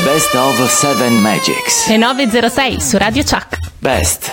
Best of 7 Magics. E 906 su Radio Chuck. Best.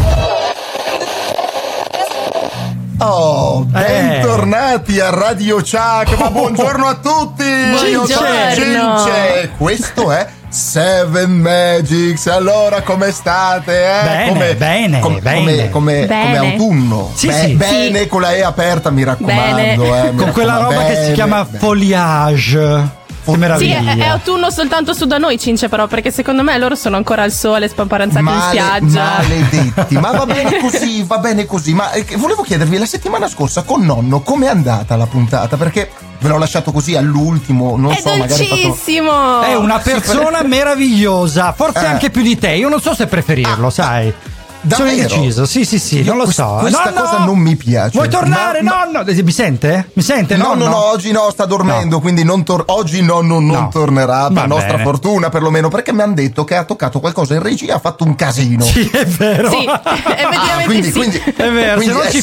Oh, bentornati a Radio Chuck, ma buongiorno a tutti! Io sono Cince, questo è 7 Magics. Allora, come state? Bene. Come autunno. Sì. Bene, sì. Con la E aperta, mi raccomando. Con quella roba che si chiama foliage. Che meraviglia. Sì, è autunno soltanto su da noi, Cince, però, perché secondo me loro sono ancora al sole, spamparanzati in spiaggia. Maledetti, ma va bene così. Ma volevo chiedervi, la settimana scorsa con nonno com'è andata la puntata? Perché ve l'ho lasciato così all'ultimo, non è so, magari dolcissimo. È una persona meravigliosa, forse anche più di te. Io non so se preferirlo, sai. Davvero? Sono indeciso, sì, non lo so. Questa cosa non mi piace. Vuoi tornare, nonno? Mi sente? Mi sente, nonno? No, oggi no, sta dormendo, quindi oggi nonno non tornerà, per nostra fortuna perlomeno, perché mi hanno detto che ha toccato qualcosa in regia, ha fatto un casino. Sì, è vero. Sì, effettivamente quindi è vero,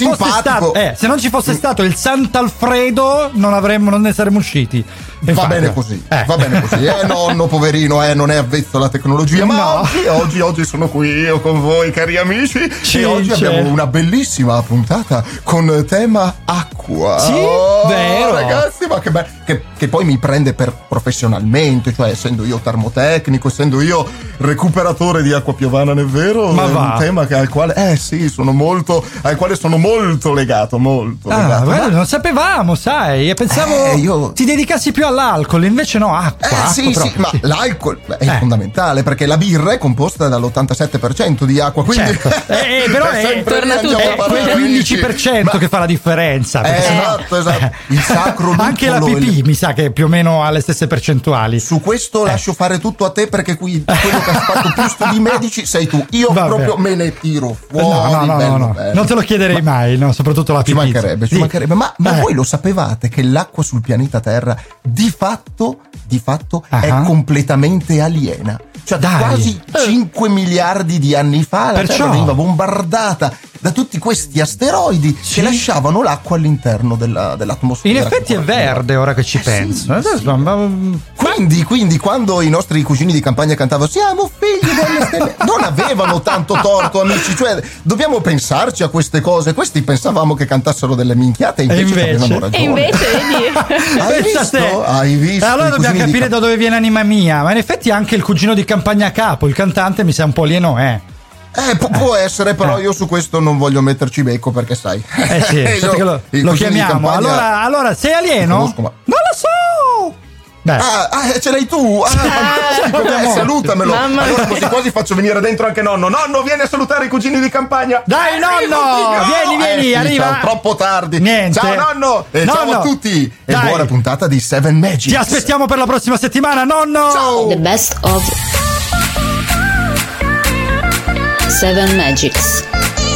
se non ci fosse stato il Sant'Alfredo non ne saremmo usciti. Va bene così. Nonno poverino, non è avvezzo alla tecnologia, ma oggi sono qui io con voi, cari amici, e oggi abbiamo una bellissima puntata con tema acqua. Sì, vero. Ragazzi, ma che bello, che poi mi prende per professionalmente, cioè essendo io termotecnico, essendo io recuperatore di acqua piovana, non è vero? Ma è un tema al quale sono molto legato, Beh, non sapevamo, sai, e pensavo ti dedicassi più all'alcol, invece no, acqua. Sì, ma l'alcol è fondamentale, perché la birra è composta dall'87% di acqua, quindi però è quel 15% che fa la differenza. Esatto. Il sacro luppolo, anche la pipì mi sa che più o meno ha le stesse percentuali. Su questo lascio fare tutto a te, perché qui quello che ha fatto più studi medici sei tu. Io proprio me ne tiro fuori. No. Non te lo chiederei mai, no, soprattutto la pipì. Ci mancherebbe. Ma voi lo sapevate che l'acqua sul pianeta Terra di fatto è completamente aliena? Cioè, quasi 5 miliardi di anni fa la Terra veniva bombardata da tutti questi asteroidi che lasciavano l'acqua all'interno dell'atmosfera. In effetti è verde, ora che ci penso. Quindi quando i nostri cugini di campagna cantavano "Siamo figli delle stelle", non avevano tanto torto, amici. Cioè, dobbiamo pensarci a queste cose. Questi pensavamo che cantassero delle minchiate, invece avevano ragione. E invece vedi. Hai visto? Allora dobbiamo capire da dove viene Anima Mia. Ma in effetti anche il cugino di campagna capo, il cantante, mi sa un po' alieno, può essere, però io su questo non voglio metterci becco, perché sai. Lo chiamiamo. Allora sei alieno? Conosco, ma non lo so. Ce l'hai tu? Salutamelo. Allora così quasi faccio venire dentro anche nonno. Nonno, vieni a salutare i cugini di campagna. Dai, nonno, vieni, arriva. Ciao, troppo tardi. Niente. Ciao nonno. E ciao a tutti. E buona puntata di 7 Magics. Ti aspettiamo per la prossima settimana, nonno. Ciao. The best of 7 Magics.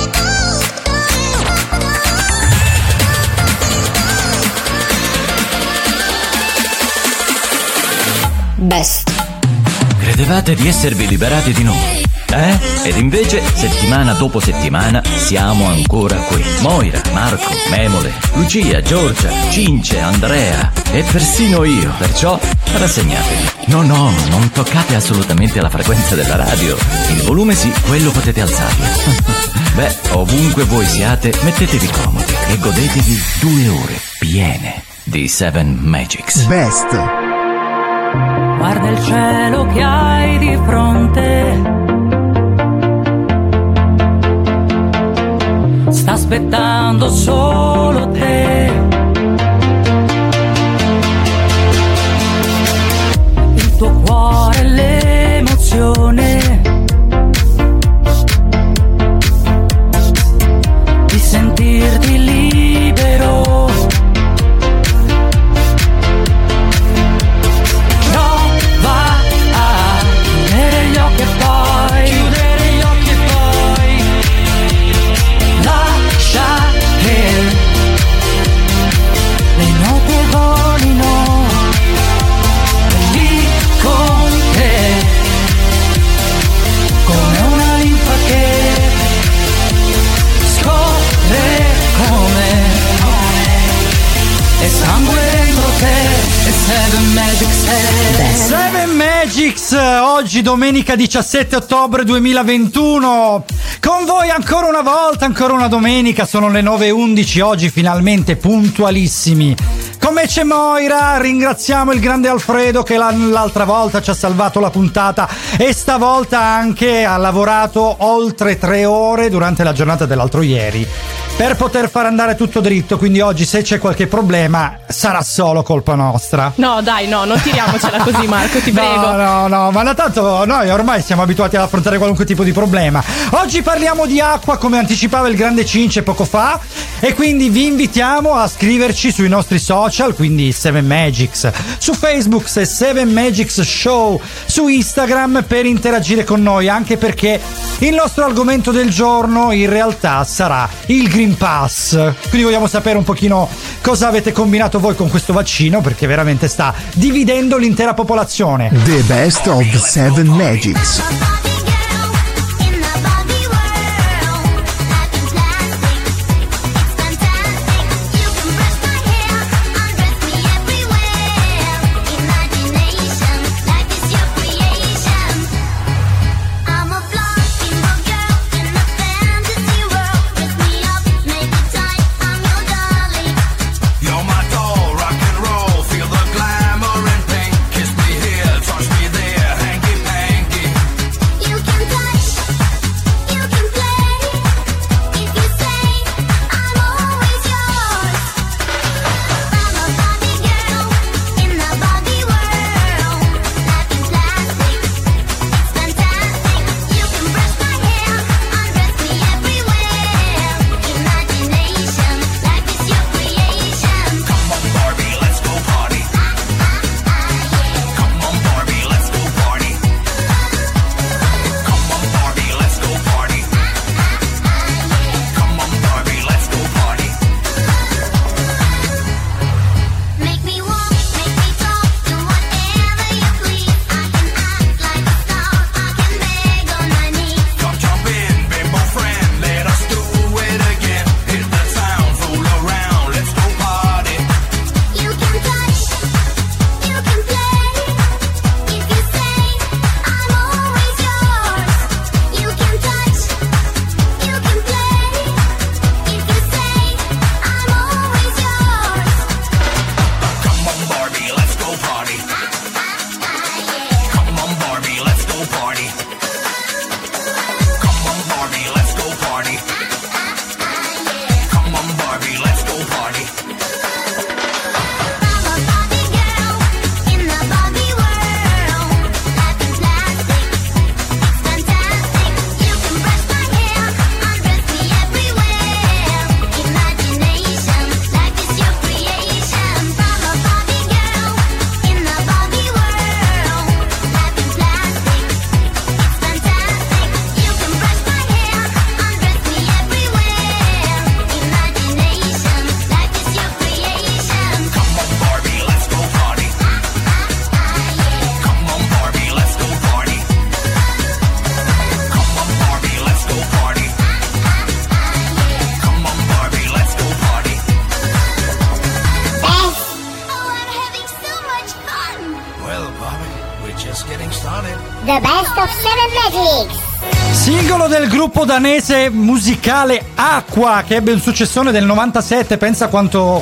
Best. Credevate di esservi liberati di noi, Ed invece, settimana dopo settimana, siamo ancora qui. Moira, Marco, Memole, Lucia, Giorgia, Cince, Andrea e persino io. Perciò rassegnatevi. No, non toccate assolutamente la frequenza della radio. Il volume sì, quello potete alzarlo. Beh, ovunque voi siate, mettetevi comodi e godetevi 2 ore piene di 7 Magics. Best. Guarda il cielo che hai di fronte, sta aspettando solo te. Il tuo cuore, l'emozione di sentirti libero. oggi, domenica 17 ottobre 2021. Con voi ancora una volta, ancora una domenica, sono le 9:11, oggi finalmente puntualissimi. Come c'è Moira, ringraziamo il grande Alfredo che l'altra volta ci ha salvato la puntata e stavolta anche ha lavorato oltre 3 ore durante la giornata dell'altro ieri per poter far andare tutto dritto, quindi oggi se c'è qualche problema sarà solo colpa nostra. No dai, no, non tiriamocela così Marco, ti prego. No, ma tanto noi ormai siamo abituati ad affrontare qualunque tipo di problema. Oggi parliamo di acqua, come anticipava il grande Cince poco fa, e quindi vi invitiamo a scriverci sui nostri social, quindi 7Magics, su Facebook se 7Magics Show, su Instagram per interagire con noi, anche perché il nostro argomento del giorno in realtà sarà il Green Pass. Quindi vogliamo sapere un pochino cosa avete combinato voi con questo vaccino, perché veramente sta dividendo l'intera popolazione. The best of 7Magics. The best of 7Magics. Singolo del gruppo danese musicale Aqua, che ebbe un successone del 97. Pensa quanti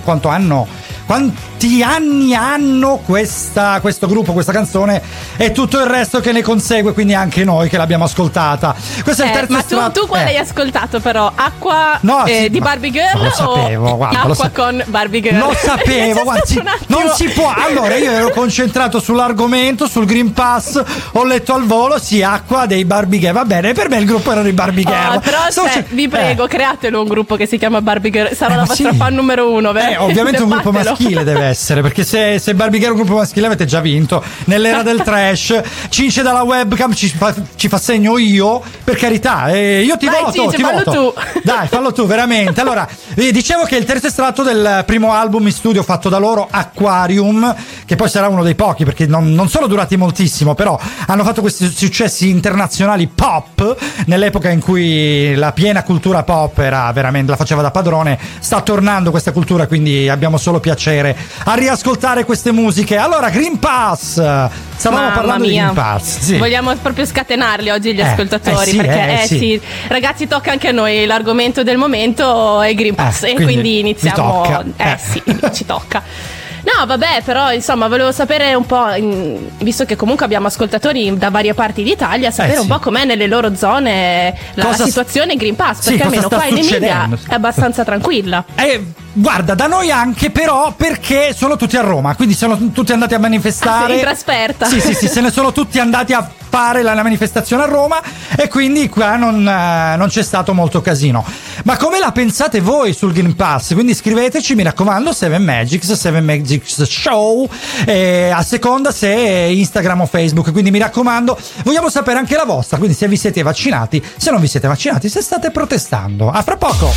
anni hanno questo gruppo, questa canzone e tutto il resto che ne consegue, quindi anche noi che l'abbiamo ascoltata. Questo è il terzo ma tu quale hai ascoltato però? Acqua di Barbie Girl lo sapevo, guarda, Acqua con Barbie Girl? Lo sapevo, guarda, non si può. Allora io ero concentrato sull'argomento, sul Green Pass, ho letto al volo Acqua dei Barbie Girl, va bene, per me il gruppo era dei Barbie Girl. Però vi prego, createlo un gruppo che si chiama Barbie Girl, sarà la vostra fan numero 1, vero? Ovviamente un gruppo maschile deve essere, perché se Barbie Girl è un gruppo maschile avete già vinto nell'era del trash. Cince dalla webcam ci fa segno io, per carità, io ti voto, Cince, ti voto. Tu. Dai, fallo tu, veramente. Allora, dicevo che il terzo estratto del primo album in studio fatto da loro, Aquarium, che poi sarà uno dei pochi, perché non sono durati moltissimo, però hanno fatto questi successi internazionali pop nell'epoca in cui la piena cultura pop era veramente, la faceva da padrone. Sta tornando questa cultura, quindi abbiamo solo piacere piacere a riascoltare queste musiche. Allora, Green Pass, stavamo parlando di Green Pass, sì. Vogliamo proprio scatenarli oggi gli ascoltatori, perché sì, ragazzi, tocca anche a noi, l'argomento del momento è Green Pass, e quindi iniziamo. Sì, ci tocca. No, vabbè, però insomma volevo sapere un po', visto che comunque abbiamo ascoltatori da varie parti d'Italia, sapere un po' com'è nelle loro zone la situazione Green Pass, perché almeno qua in Emilia è abbastanza tranquilla. Guarda, da noi anche, però, perché sono tutti a Roma, quindi sono tutti andati a manifestare. In trasferta. Sì, se ne sono tutti andati a fare la manifestazione a Roma, e quindi qua non c'è stato molto casino. Ma come la pensate voi sul Green Pass? Quindi scriveteci, mi raccomando, 7 Magics Show, a seconda se Instagram o Facebook, quindi mi raccomando, vogliamo sapere anche la vostra, quindi se vi siete vaccinati, se non vi siete vaccinati, se state protestando. A fra poco.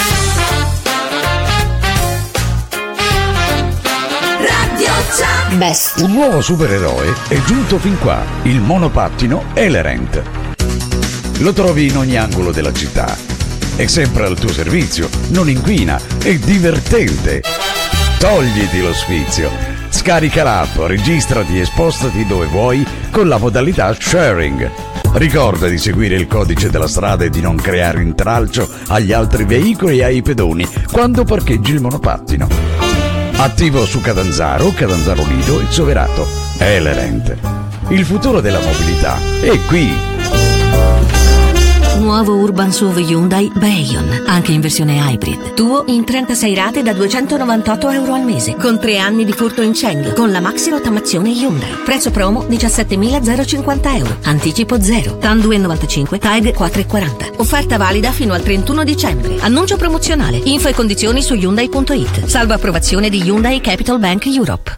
Best. Un nuovo supereroe è giunto fin qua, il monopattino Elerent. Lo trovi in ogni angolo della città. È sempre al tuo servizio, non inquina, è divertente. Togliti lo sfizio. Scarica l'app, registrati e spostati dove vuoi con la modalità sharing. Ricorda di seguire il codice della strada e di non creare intralcio agli altri veicoli e ai pedoni quando parcheggi il monopattino. Attivo su Catanzaro, Catanzaro Lido e Soverato. Elerent. Il futuro della mobilità è qui. Nuovo Urban SUV Hyundai Bayon, anche in versione hybrid. Tuo in 36 rate da €298 al mese, con 3 anni di furto incendio, con la maxi rottamazione Hyundai. Prezzo promo €17.050. Anticipo 0. TAN 2,95, TAG 4,40. Offerta valida fino al 31 dicembre. Annuncio promozionale. Info e condizioni su Hyundai.it. Salvo approvazione di Hyundai Capital Bank Europe.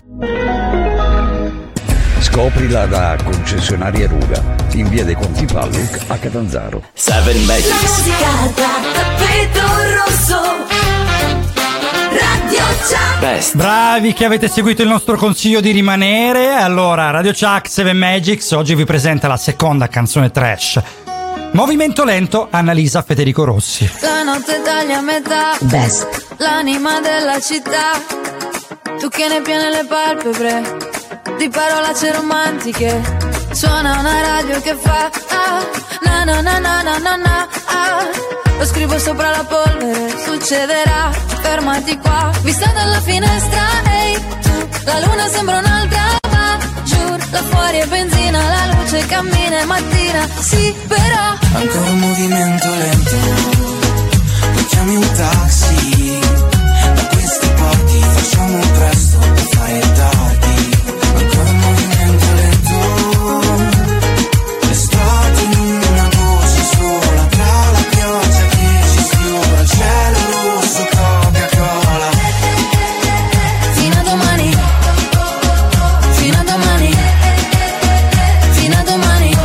Scoprila da concessionaria Ruga, in via dei Conti Palluc a Catanzaro. 7 Magics. La musica da tappeto rosso. Radio Chuck. Best. Bravi che avete seguito il nostro consiglio di rimanere. Allora, Radio Chuck 7 Magics oggi vi presenta la seconda canzone trash. Movimento lento, Annalisa Federico Rossi. La notte taglia a metà. Best. L'anima della città. Tu che ne piene le palpebre di parolacce romantiche. Suona una radio che fa na na na na na na na. Lo scrivo sopra la polvere, succederà. Fermati qua, vista dalla finestra. Ehi, tu, la luna sembra un'altra, ma giuro, là fuori è benzina, la luce cammina, è mattina. Sì, però ancora un movimento lento. Mi chiami un taxi. Da queste parti facciamo presto a fare tardi. Ancora un movimento lento. L'estate in una voce sola, tra la pioggia che ci sfiora, il cielo rosso, Coca-Cola. Fino a domani. Fino a domani. Fino a domani.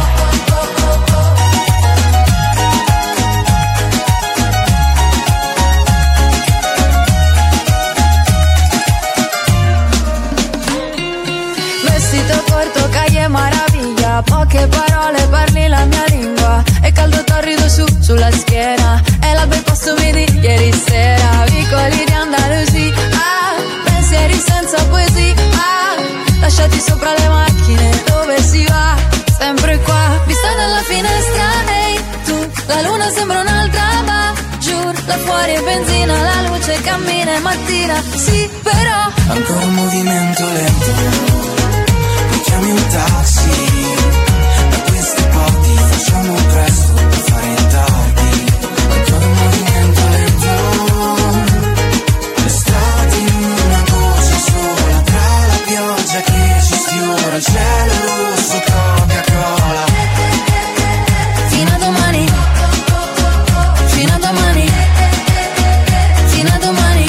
Vestito corto, calle maraviglia, poche parole, parli la mia lingua. E caldo torrido sulla schiena, e la bel postumi di ieri sera. Vicoli di Andalusia, pensieri senza poesia, lasciati sopra le macchine, dove si va? Sempre qua, vista dalla finestra. Ehi, tu, la luna sembra un'altra, ma giuro, là fuori è benzina, la luce cammina, è mattina. Sì, però ancora un movimento lento. Chiami un taxi, da queste parti facciamo presto a fare tardi. Ancora un movimento lento. L'estate in una voce sola, tra la pioggia che ci sfiora, il cielo rosso, Coca-Cola. fino a domani. Fino a domani. Fino a domani.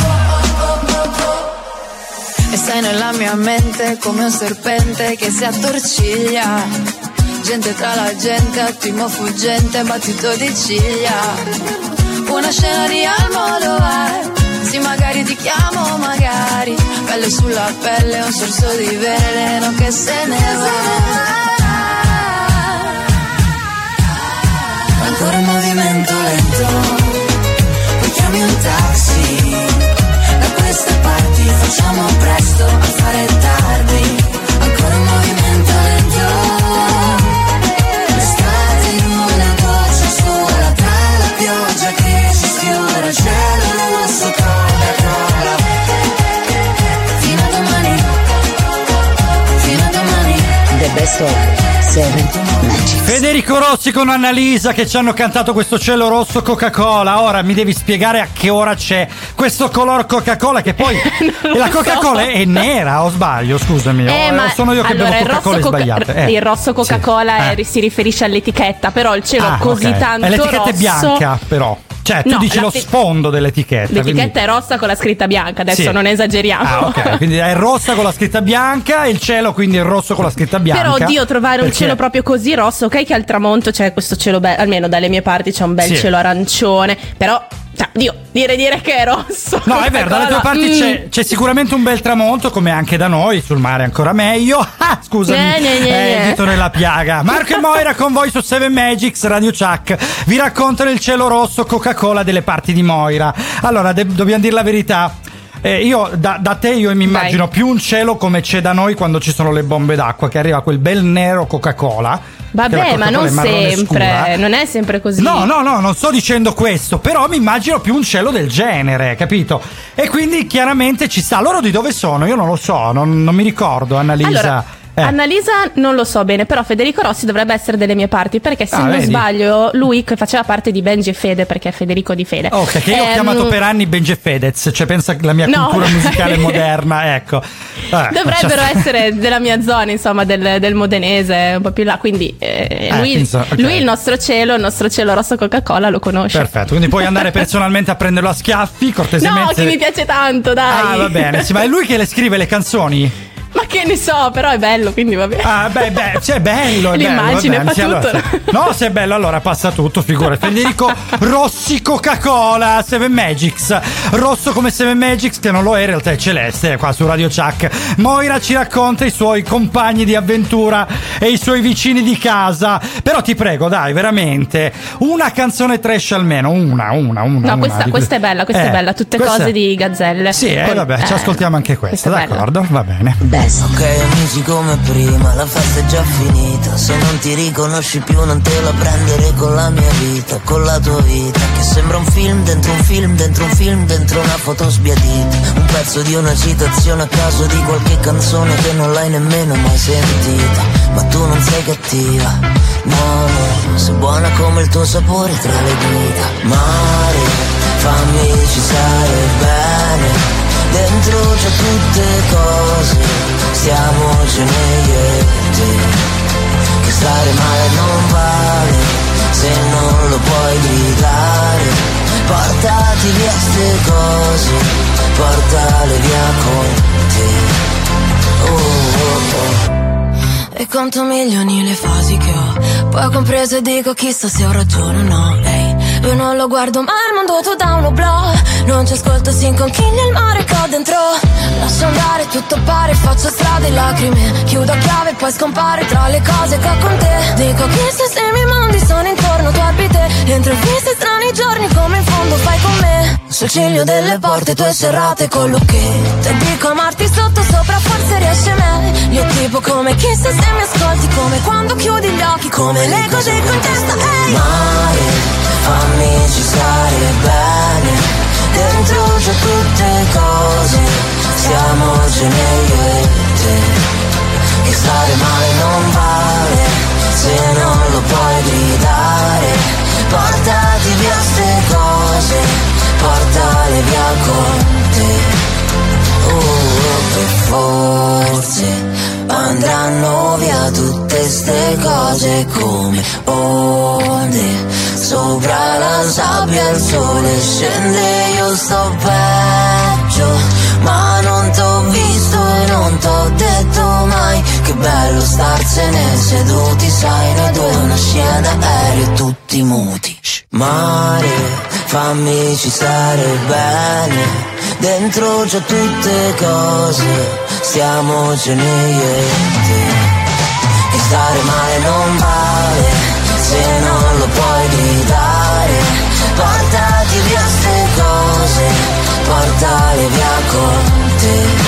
E sei nella mia mente come un serpente che si attorciglia. Gente tra la gente, attimo fuggente, battito di ciglia. Una scena di Almodovar. Sì, magari ti chiamo, magari. Pelle sulla pelle, un sorso di veleno che se ne va. Ancora un movimento lento. Poi chiami un taxi. Da queste parti facciamo presto a fare tardi. Ancora un movimento lento, l'estate in una goccia sola, tra la pioggia che ci sfiora il cielo rosso Coca-Cola. Fino a domani, fino a domani. The best of 7 Magics. Federico Rossi con Annalisa che ci hanno cantato questo cielo rosso Coca-Cola. Ora mi devi spiegare a che ora c'è questo color Coca-Cola, che poi la Coca-Cola è nera, o sbaglio? Scusami, sono io che bevo Coca-Cola sbagliate. Il rosso Coca-Cola si riferisce all'etichetta, però il cielo così tanto l'etichetta rosso. È bianca, però. Cioè, tu dici lo sfondo dell'etichetta. L'etichetta è rossa con la scritta bianca, adesso non esageriamo. Ok, quindi è rossa con la scritta bianca, il cielo quindi è rosso con la scritta bianca. Però oddio, trovare un cielo proprio così rosso, ok che al tramonto c'è questo cielo almeno dalle mie parti c'è un bel cielo arancione, però dire che è rosso. No, è vero, dalle tue parti c'è sicuramente un bel tramonto, come anche da noi, sul mare ancora meglio. Scusami, il dito nella piaga. Marco e Moira con voi su 7 Magics, Radio Chuck. Vi raccontano il cielo rosso Coca-Cola delle parti di Moira. Allora, dobbiamo dire la verità. Io da te mi immagino più un cielo come c'è da noi quando ci sono le bombe d'acqua, che arriva quel bel nero Coca-Cola. Vabbè, ma non sempre, non è sempre così. No, non sto dicendo questo, però mi immagino più un cielo del genere, capito? E quindi chiaramente ci sta. Loro di dove sono? Io non lo so, non mi ricordo, Annalisa. Allora, Annalisa non lo so bene, però Federico Rossi dovrebbe essere delle mie parti, perché se non sbaglio lui che faceva parte di Benji e Fede, perché è Federico di Fede. Ok, che io ho chiamato per anni Benji e Fedez, cioè pensa la mia cultura musicale moderna, ecco. Dovrebbero essere della mia zona, insomma, del modenese, un po' più là, quindi lui il nostro cielo rosso Coca-Cola lo conosce. Perfetto, quindi puoi andare personalmente a prenderlo a schiaffi, cortesemente. No, che mi piace tanto, dai. Va bene, sì, ma è lui che le scrive le canzoni? Ma che ne so, però è bello, quindi va bene. Cioè è bello. L'immagine fa tutto. Allora, no, se è bello allora passa tutto, figura. Federico Rossi Coca-Cola, 7 Magics. Rosso come 7 Magics, che non lo è, in realtà è celeste, qua su Radio Chuck. Moira ci racconta i suoi compagni di avventura e i suoi vicini di casa. Però ti prego, dai, veramente, una canzone trash almeno, una. No, questa è bella, è bella, tutte cose di gazzelle. Sì, vabbè, ci ascoltiamo anche questa, d'accordo? Va bene. Ok amici, come prima, la festa è già finita. Se non ti riconosci più non te la prendere con la mia vita, con la tua vita, che sembra un film dentro un film, dentro un film, dentro una foto sbiadita. Un pezzo di una citazione a caso di qualche canzone che non l'hai nemmeno mai sentita. Ma tu non sei cattiva, no, sei buona come il tuo sapore tra le dita. Mare, fammi ci stare bene, dentro c'è tutte cose, stiamocene io e te. Che stare male non vale, se non lo puoi gridare. Portati via ste cose, portale via con te. E conto milioni le fasi che ho, poi ho compreso e dico chissà se ho ragione o no. Io non lo guardo mai il mondo, tu da uno blog. Non ci ascolto, si inconchiglia il mare che ho dentro. Lascio andare, tutto pare, faccio strade e lacrime. Chiudo a chiave e poi scompare tra le cose che ho con te. Dico chissà se i miei mondi sono intorno, tu abiti. Entro in fisse strani giorni come in fondo fai con me. Sul ciglio delle porte tue serrate con l'occhietto. E dico amarti sotto sopra forse riesce meglio. Io tipo come chissà se mi ascolti, come quando chiudi gli occhi, come le cose con testa. Mare, fammi ci stare bene, dentro c'è tutte cose, stiamocene io e te. Che stare male non vale, se non lo puoi gridare. Portati via ste cose, portale via con te. Che forse andranno via tutte ste cose come onde sopra la sabbia, il sole scende, io sto peggio, ma non t'ho visto e non t'ho detto mai che bello starsene seduti, sai, noi due una scia d'aereo tutti muti. Mare, fammi ci stare bene, dentro c'ho tutte cose, stiamocene io e te. Che stare male non vale, se non lo puoi gridare. Portati via ste cose, portale via con te.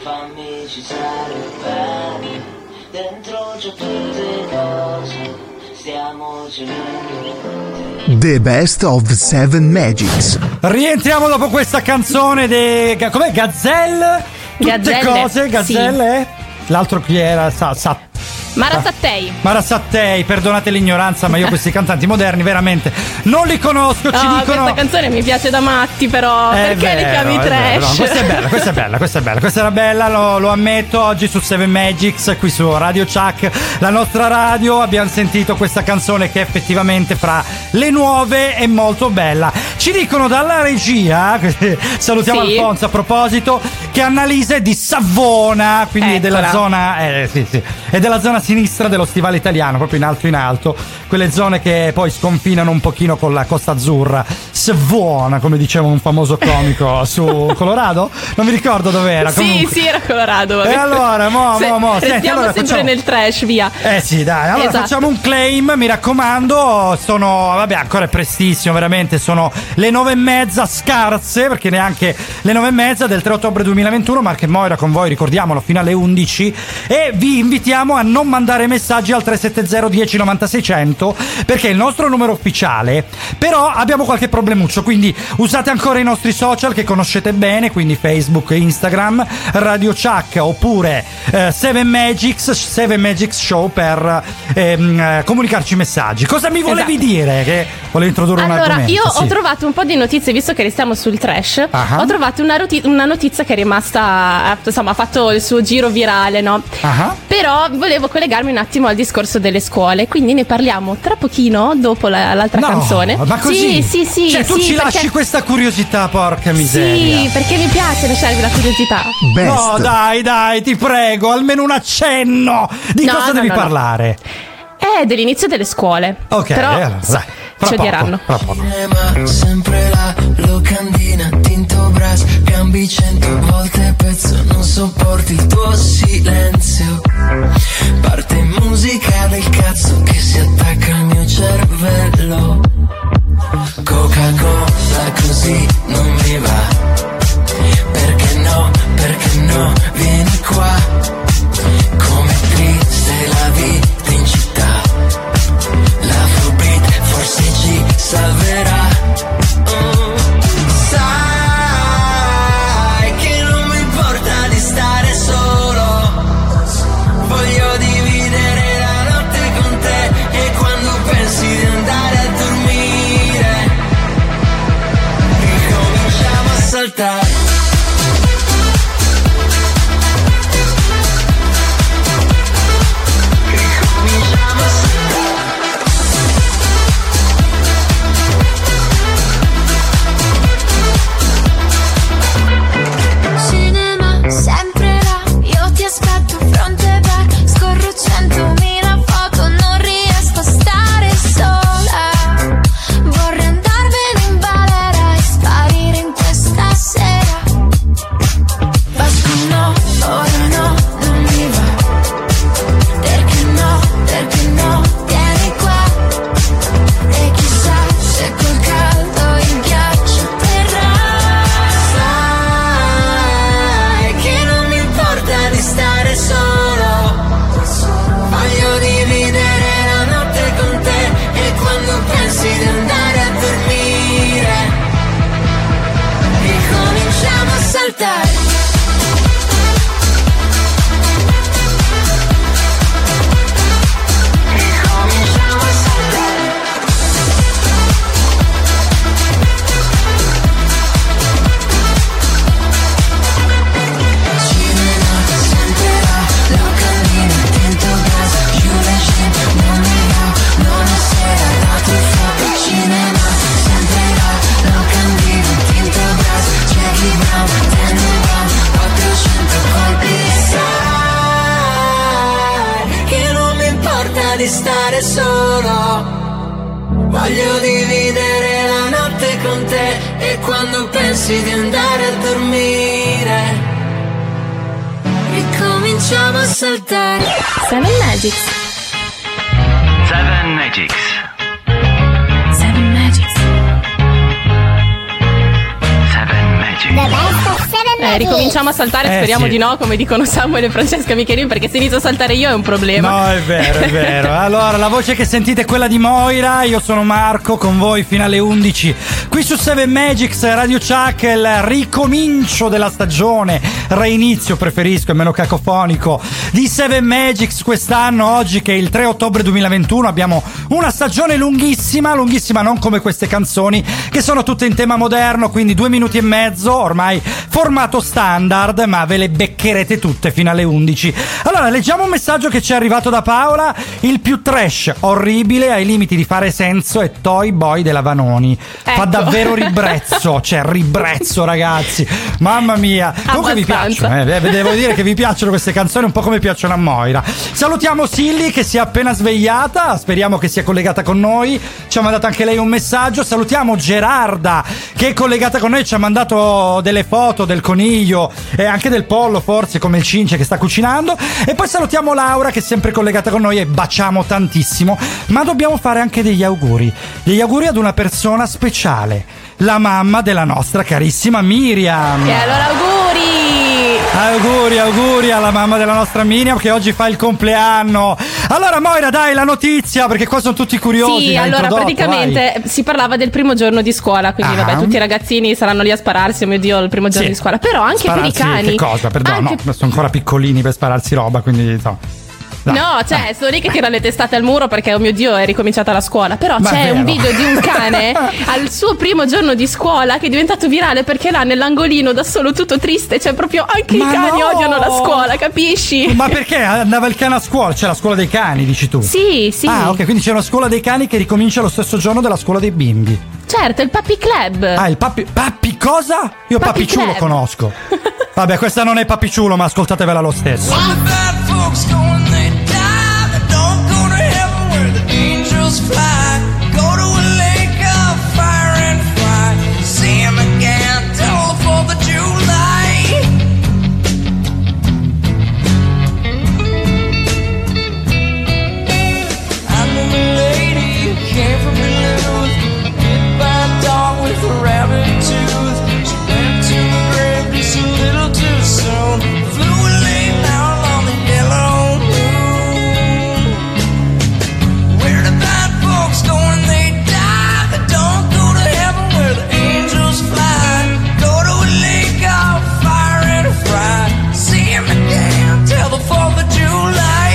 fammici stare bene, dentro c'è tante cose, stiamo cercando. The Best of Seven Magics. Rientriamo dopo questa canzone com'è? Gazelle? Tutte Gazzelle, cose, Gazzelle? Sì. L'altro chi era? Mara Sattei, perdonate l'ignoranza, ma io questi cantanti moderni veramente non li conosco. Ci dicono questa canzone mi piace da matti, però perché le chiami trash? No, questa è bella. Questa era bella, lo ammetto. Oggi su Seven Magics, qui su Radio Chuck, la nostra radio, abbiamo sentito questa canzone che effettivamente fra le nuove è molto bella. Ci dicono dalla regia, salutiamo Alfonso a proposito, che Annalisa è di Savona, quindi della zona è della zona sinistra dello stivale italiano, proprio in alto, quelle zone che poi sconfinano un pochino con la Costa Azzurra. Savona, come diceva un famoso comico su Colorado, non mi ricordo dov'era. Sì, era Colorado. E allora, restiamo sempre nel trash, via. Sì, dai, allora facciamo un claim, mi raccomando. Ancora è prestissimo, veramente, sono le 9:30 scarse, perché neanche le 9:30 del 3 ottobre 2021. Marco e Moira con voi, ricordiamolo, fino alle 11, e vi invitiamo a non mandare messaggi al 370 10 96 100, perché è il nostro numero ufficiale, però abbiamo qualche problemuccio, quindi usate ancora i nostri social che conoscete bene, quindi Facebook e Instagram, Radio Chuck, oppure Seven Magics Show, per comunicarci messaggi. Cosa mi volevi dire? Che volevi introdurre un argomento? Io ho trovato un po' di notizie, visto che restiamo sul trash. Ho trovato una notizia che è rimasta, insomma, ha fatto il suo giro virale, no? Però volevo collegarmi un attimo al discorso delle scuole, quindi ne parliamo tra pochino dopo l'altra canzone. Ma così? Sì. Cioè tu ci lasci questa curiosità, porca miseria. Sì, perché mi piace lasciarvi la curiosità. Best. No, dai, ti prego, almeno un accenno di cosa devi parlare. Dell'inizio delle scuole. Ok, però allora, dai. ci odieranno. Sempre la locandina, tinto brass, cambi 100 volte pezzo, non sopporti il tuo silenzio. Parte musica del cazzo che si attacca al mio cervello. Coca-Cola così non mi va. Perché no, vieni qua. Come triste la vita in città. L'Afrobeat forse ci salverà. Sai che non mi importa di stare solo. Voglio dividere la notte con te. E quando pensi di andare a dormire, ricominciamo a saltare. Di stare solo, voglio dividere la notte con te. E quando pensi di andare a dormire, ricominciamo a saltare. Seven Magics. Seven Magics. Seven Magics. Seven Magics. The Best of Seven Magics. ricominciamo a saltare, speriamo di no, come dicono Samuel e Francesca Michelin, perché se inizio a saltare io è un problema. No, è vero, è vero. Allora, la voce che sentite è quella di Moira, io sono Marco, con voi fino alle 11. Qui su 7 Magics, Radio Chuck, il ricomincio della stagione, reinizio preferisco, è meno cacofonico, di 7 Magics quest'anno, oggi che è il 3 ottobre 2021, abbiamo una stagione lunghissima, lunghissima non come queste canzoni, che sono tutte in tema moderno, quindi 2 minuti e mezzo, ormai formato standard, ma ve le beccherete tutte fino alle 11. Allora, leggiamo un messaggio che ci è arrivato da Paola: il più trash, orribile, ai limiti di fare senso, è Toy Boy della Vanoni. Fa davvero ribrezzo, cioè ribrezzo, ragazzi, mamma mia. Comunque vi piacciono, devo dire che vi piacciono queste canzoni un po' come piacciono a Moira. Salutiamo Silly che si è appena svegliata, speriamo che sia collegata con noi, ci ha mandato anche lei un messaggio. Salutiamo Gerarda che è collegata con noi, ci ha mandato delle foto del coniglio e anche del pollo, forse come il Cince che sta cucinando. E poi salutiamo Laura che è sempre collegata con noi e baciamo tantissimo. Ma dobbiamo fare anche degli auguri ad una persona speciale, la mamma della nostra carissima Miriam. E allora auguri alla mamma della nostra Miriam che oggi fa il compleanno. Allora Moira, dai la notizia, perché qua sono tutti curiosi. Sì, allora praticamente si parlava del primo giorno di scuola, quindi vabbè, tutti i ragazzini saranno lì a spararsi, oh mio Dio, il primo giorno di scuola, però anche spararsi per i cani. Che cosa? Perdono, no, sono ancora piccolini per spararsi roba, quindi no. No, cioè, sono lì che tirano le testate al muro perché, oh mio Dio, è ricominciata la scuola. Però c'è un video di un cane al suo primo giorno di scuola che è diventato virale perché là nell'angolino da solo tutto triste. Cioè, proprio anche i cani odiano la scuola, capisci? Ma perché andava il cane a scuola? C'è la scuola dei cani, dici tu? Sì. Ah, ok, quindi c'è una scuola dei cani che ricomincia lo stesso giorno della scuola dei bimbi. Certo, il Puppy Club. Ah, il Papi cosa? Io Papiciulo conosco. Vabbè, questa non è Papiciulo, ma ascoltatevela lo stesso. Fly, go to a lake of fire and fry. See him again till the 4th of July. I knew a lady who came from Duluth, bit by a dog with a rabbit tooth. She went to the grave just a little too soon. Flew a lane out on the yellow moon. Where the bad folks go when they die? They don't go to heaven where the angels fly. Go to a lake of fire and fry. See him again till the 4th of July.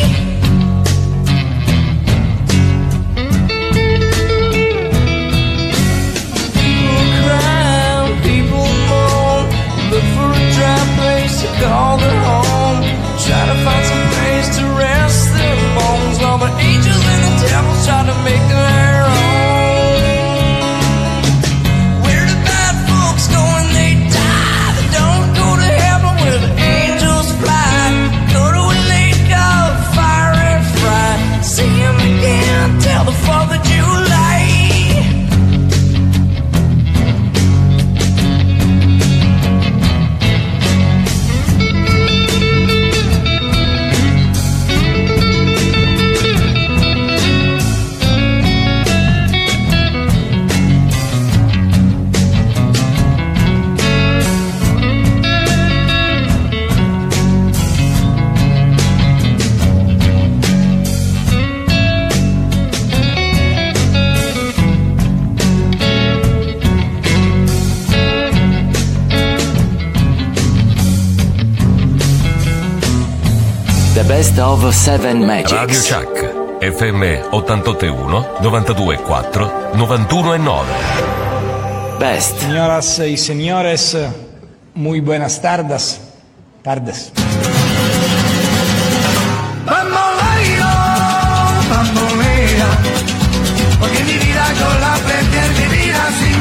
People cry, people moan, look for a dry place to call their home. Try to find some place to rest their bones while the angels and the devils try to make their own. Where the bad folks go when they die? They don't go to heaven where the angels fly. Go to a lake of fire and fry. See him again till the 4th of July. The Best of 7 Magics. Radio Chuck, FM 88.1, 92.4, 91.9. Best. Señoras y señores, muy buenas tardes. Bambolea, porque mi vida yo la prefiero vivir así.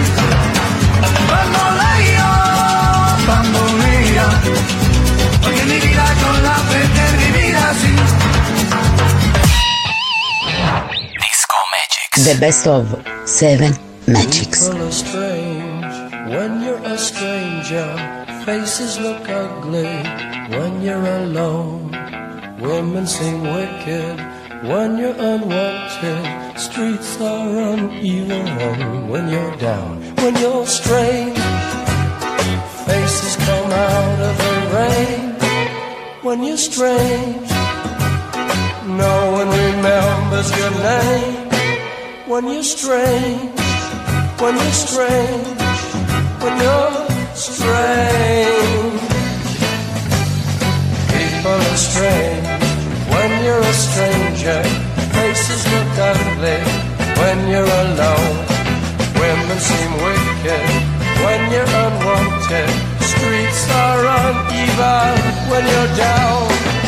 Bambolea, porque mi vida yo la prefiero vivir así. Disco Magics. The Best of 7 Magics. People are strange when you're a stranger. Faces look ugly when you're alone. Women seem wicked when you're unwanted. Streets are uneven when you're down. When you're strange, faces faces come out of the rain. When you're strange, no one remembers your name. When you're strange, when you're strange, when you're strange. People are strange when you're a stranger. Faces look ugly when you're alone. Women seem wicked when you're unwanted. Streets are uneven when you're down.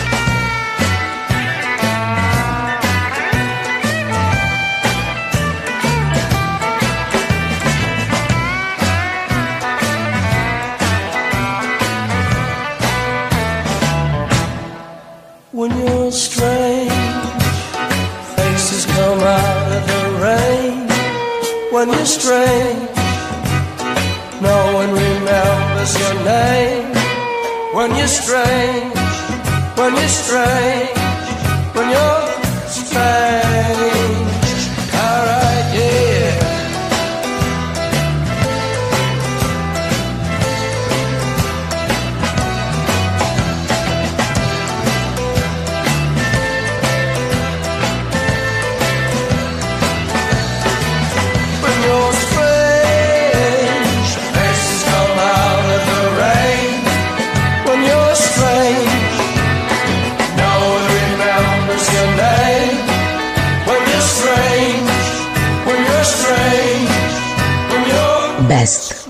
When you're strange, faces come out of the rain. When you're strange, no one remembers your name. When you're strange, when you're strange, when you're strange. Alright, yeah. Best.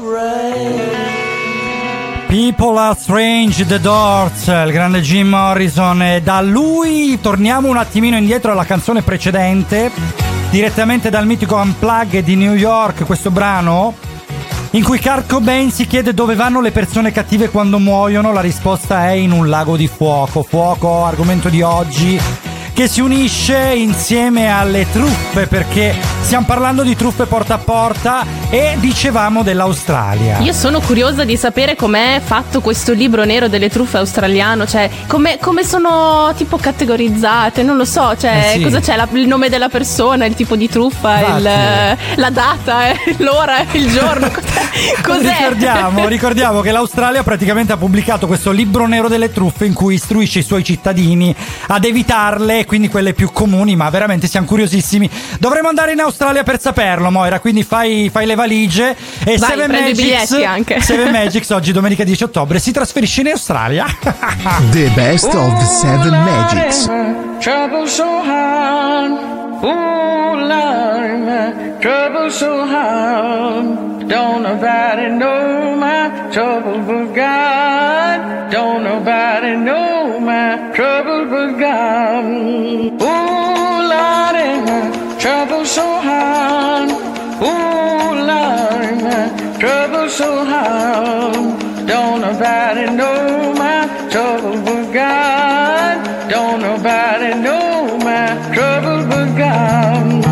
People Are Strange, The Doors, il grande Jim Morrison. E da lui torniamo un attimino indietro alla canzone precedente, direttamente dal mitico Unplugged di New York, questo brano in cui Kurt Cobain si chiede dove vanno le persone cattive quando muoiono. La risposta è in un lago di fuoco. Fuoco, argomento di oggi, che si unisce insieme alle truffe, perché stiamo parlando di truffe porta a porta e dicevamo dell'Australia. Io sono curiosa di sapere com'è fatto questo libro nero delle truffe australiano, cioè come sono tipo categorizzate, non lo so, cioè sì. Cosa c'è? Il nome della persona, il tipo di truffa, la data, l'ora, il giorno, cos'è? Ricordiamo che l'Australia praticamente ha pubblicato questo libro nero delle truffe in cui istruisce i suoi cittadini ad evitarle, quindi quelle più comuni, ma veramente siamo curiosissimi. Dovremmo andare in Australia per saperlo, Moira, quindi fai le valigie e vai, Seven Magics oggi domenica 10 ottobre si trasferisce in Australia. The best of Seven Magics. Trouble so hard, oh Lord, my trouble so hard. Don't nobody know my trouble but God. Don't nobody know my trouble but God. Oh Lord, my trouble so hard. Oh Lord, my trouble so hard. Don't nobody know my trouble but God. Don't nobody know my trouble but God.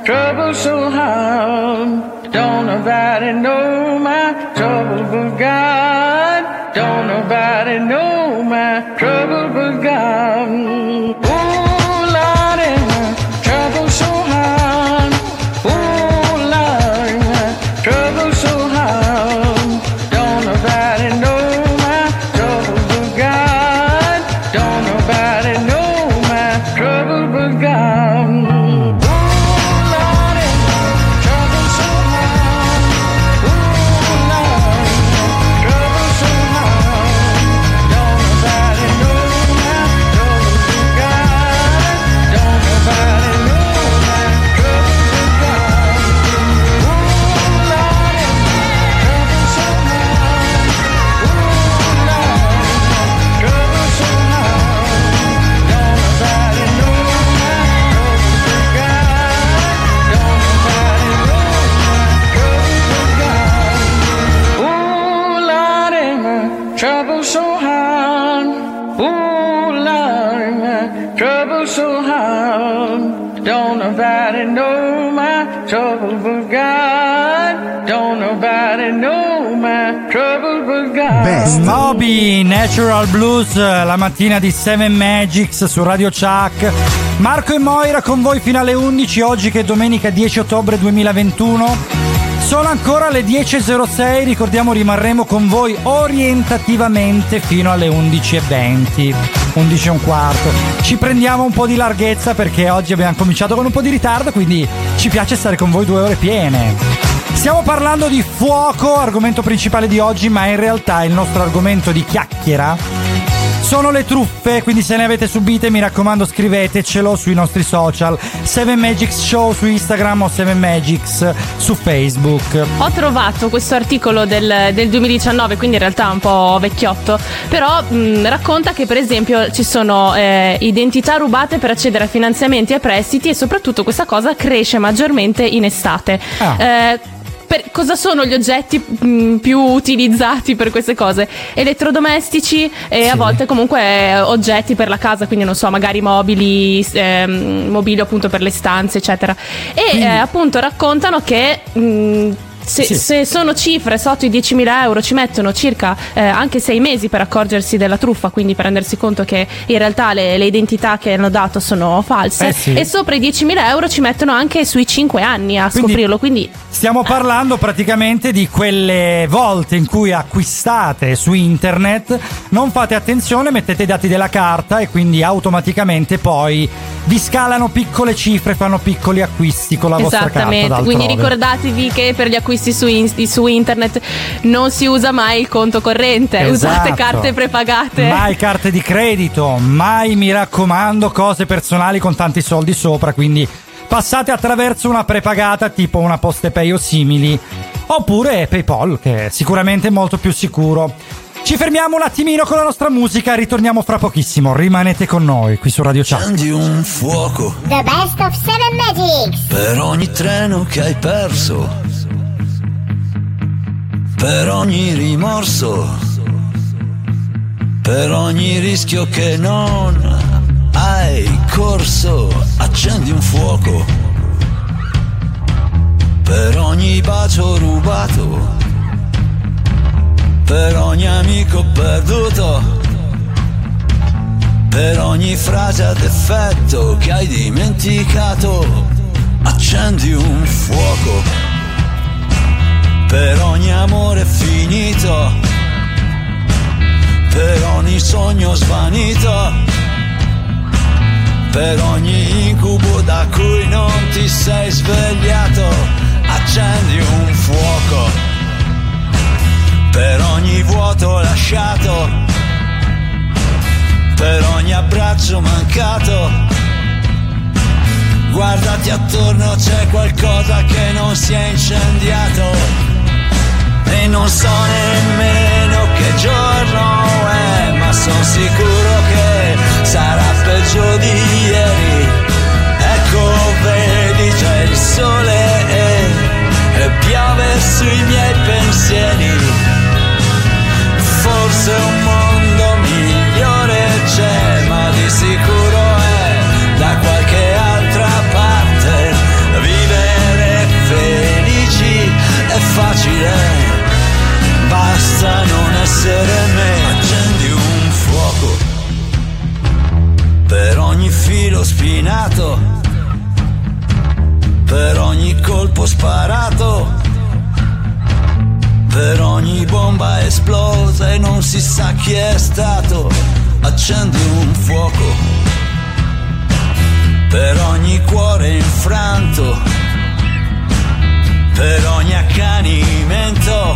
trouble so hard. Don't nobody know my trouble but God. Don't nobody know my trouble but God. Oh Lord, my trouble so hard. Oh Lord, my trouble so hard. Don't nobody know my trouble but God. Don't nobody know my trouble but God. Trouble so hard, ooh Lord, my trouble so hard. Don't nobody know my trouble but God. Don't nobody know my trouble but God. Moby, Natural Blues, la mattina di Seven Magics su Radio Chuck. Marco e Moira con voi fino alle 11, oggi che è domenica 10 ottobre 2021. Sono ancora le 10.06, ricordiamo rimarremo con voi orientativamente fino alle 11.20, 11.15. Ci prendiamo un po' di larghezza perché oggi abbiamo cominciato con un po' di ritardo, quindi ci piace stare con voi 2 ore piene. Stiamo parlando di fuoco, argomento principale di oggi, ma in realtà il nostro argomento di chiacchiera sono le truffe, quindi se ne avete subite mi raccomando scrivetecelo sui nostri social, 7 Magics Show su Instagram o 7 Magics su Facebook. Ho trovato questo articolo del 2019, quindi in realtà un po' vecchiotto, però racconta che per esempio ci sono identità rubate per accedere a finanziamenti e prestiti, e soprattutto questa cosa cresce maggiormente in estate. Cosa sono gli oggetti più utilizzati per queste cose? Elettrodomestici e a volte comunque oggetti per la casa, quindi non so, magari mobili, mobilio appunto per le stanze, eccetera. E appunto raccontano che se sono cifre sotto i 10.000 euro ci mettono circa anche 6 mesi per accorgersi della truffa, quindi per rendersi conto che in realtà le identità che hanno dato sono false, e sopra i 10.000 euro ci mettono anche sui 5 anni a scoprirlo. Quindi stiamo parlando praticamente di quelle volte in cui acquistate su internet, non fate attenzione, mettete i dati della carta e quindi automaticamente poi vi scalano piccole cifre, fanno piccoli acquisti con la vostra carta d'altrove. Quindi ricordatevi che per gli acquisti su internet non si usa mai il conto corrente, usate carte prepagate, mai carte di credito, mai, mi raccomando, cose personali con tanti soldi sopra, quindi passate attraverso una prepagata tipo una PostePay o simili, oppure PayPal, che è sicuramente molto più sicuro. Ci fermiamo un attimino con la nostra musica, ritorniamo fra pochissimo, rimanete con noi qui su Radio Chuck. Accendi un fuoco, The best of 7 Magics, per ogni treno che hai perso, per ogni rimorso, per ogni rischio che non hai corso. Accendi un fuoco, per ogni bacio rubato, per ogni amico perduto, per ogni frase ad effetto che hai dimenticato. Accendi un fuoco, per ogni amore finito, per ogni sogno svanito, per ogni incubo da cui non ti sei svegliato. Accendi un fuoco, per ogni vuoto lasciato, per ogni abbraccio mancato. Guardati attorno, c'è qualcosa che non si è incendiato. E non so nemmeno che giorno è, ma sono sicuro che sarà peggio di ieri. Ecco, vedi, c'è il sole e piove sui miei pensieri. Forse un mondo migliore c'è, ma di sicuro è da qualche altra parte. Vive colpo sparato, per ogni bomba esplosa e non si sa chi è stato. Accendi un fuoco per ogni cuore infranto, per ogni accanimento,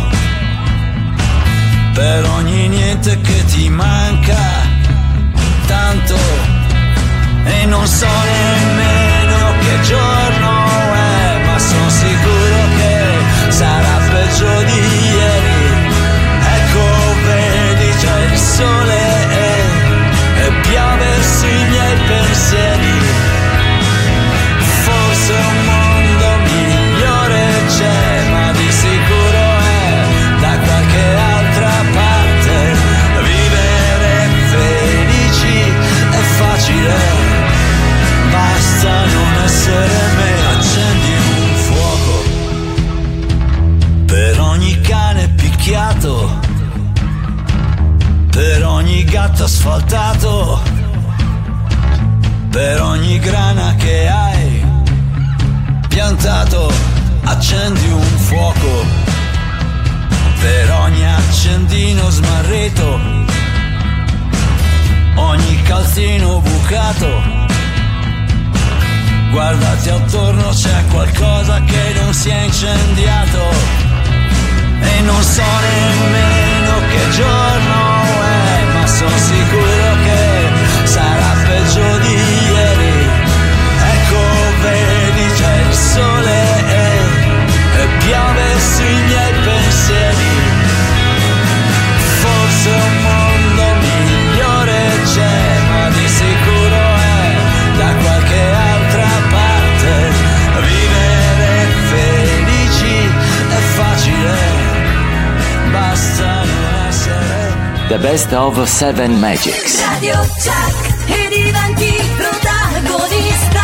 per ogni niente che ti manca tanto. E non so nemmeno che giorno è, ma sono sicuro che sarà peggio di ieri. Ecco, vedi già il sole e piove sui miei pensieri. Forse un mondo migliore c'è, ma di sicuro è da qualche altra parte. Vivere felici è facile, basta non essere me. Accendi un fuoco per ogni cane picchiato, per ogni gatto asfaltato, per ogni grana che hai piantato. Accendi un fuoco per ogni accendino smarrito, ogni calzino bucato. Guardati attorno, c'è qualcosa che non si è incendiato. E non so nemmeno che giorno è, ma sono sicuro che sarà peggio di ieri. Ecco, vedi c'è il sole e piove sui miei pensieri. Forse un mondo migliore c'è, ma di sicuro è da qualche altra parte. Vivere felici è facile, basta non essere. The Best of Seven Magics. Radio Chuck e diventi protagonista.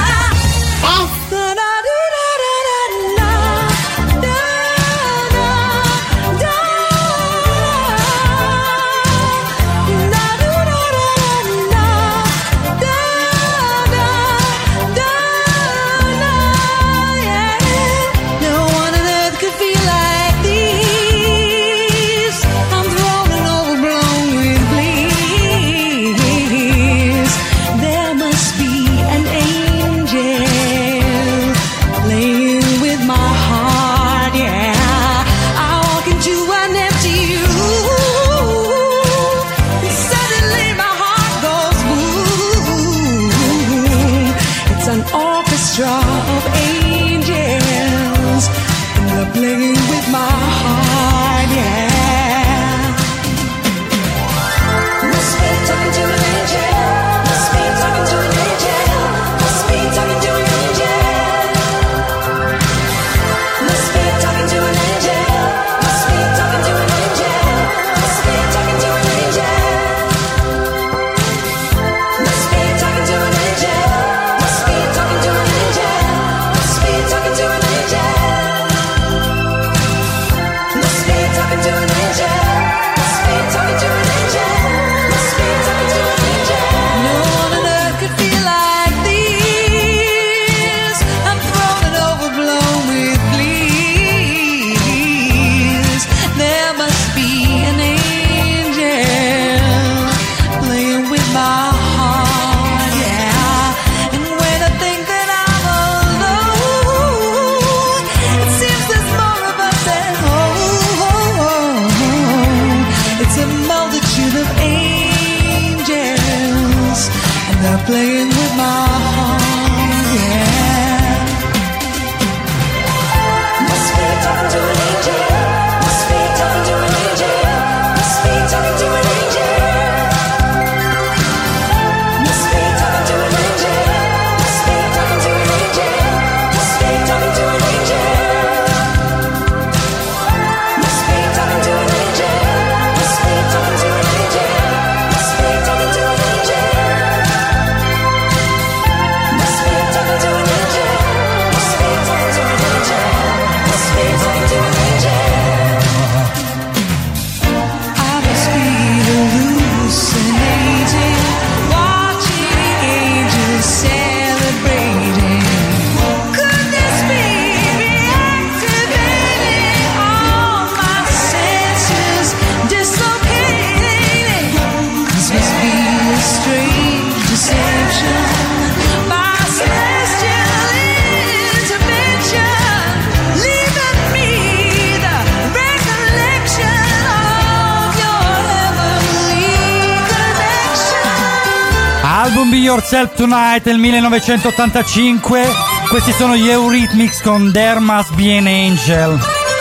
Dall'album Be Yourself Tonight del 1985, questi sono gli Eurythmics con There Must Be an Angel.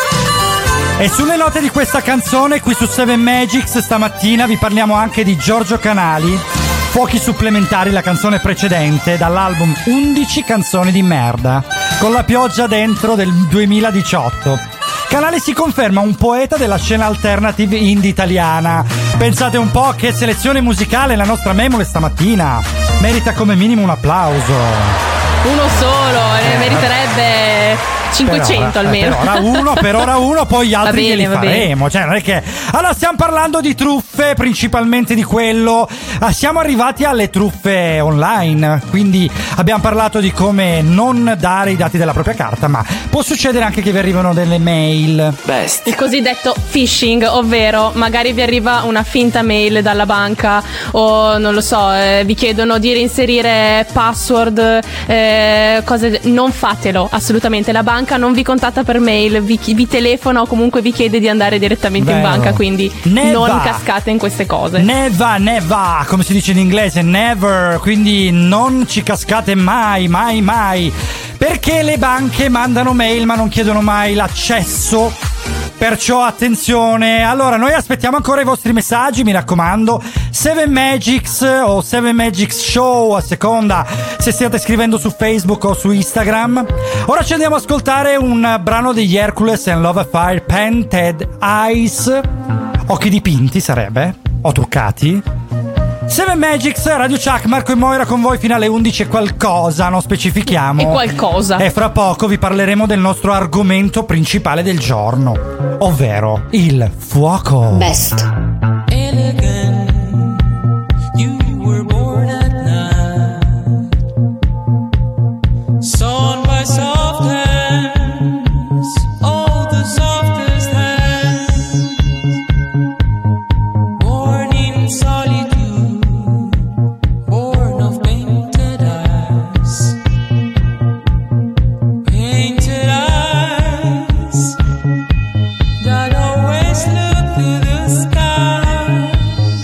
E sulle note di questa canzone, qui su 7 Magics, stamattina vi parliamo anche di Giorgio Canali, Fuochi supplementari, la canzone precedente, dall'album 11 canzoni di merda, con la pioggia dentro del 2018. Canali si conferma un poeta della scena alternative indie italiana. Pensate un po' che selezione musicale la nostra Memole stamattina. Merita come minimo un applauso. Uno solo, meriterebbe 500 almeno. Per ora uno, poi gli altri glieli faremo. Cioè, non è che. Allora, stiamo parlando di truffe, principalmente di quello. Siamo arrivati alle truffe online. Quindi abbiamo parlato di come non dare i dati della propria carta, ma può succedere anche che vi arrivano delle mail. Best. Il cosiddetto phishing, ovvero magari vi arriva una finta mail dalla banca o non lo so, vi chiedono di reinserire password, cose. Non fatelo, assolutamente. La banca non vi contatta per mail, vi telefona o comunque vi chiede di andare direttamente in banca, quindi non cascate in queste cose. Never, come si dice in inglese, never, quindi non ci cascate mai. Perché le banche mandano mail ma non chiedono mai l'accesso. Perciò attenzione. Allora, noi aspettiamo ancora i vostri messaggi, mi raccomando. 7 Magics o 7 Magics Show, a seconda se stiate scrivendo su Facebook o su Instagram. Ora ci andiamo ad ascoltare un brano degli Hercules and Love Affair, Painted Eyes. Occhi dipinti sarebbe? O truccati? 7 Magics, Radio Chuck, Marco e Moira con voi fino alle 11 e qualcosa, non specifichiamo. E qualcosa. E fra poco vi parleremo del nostro argomento principale del giorno, ovvero il fuoco. Best. That always look through the sky.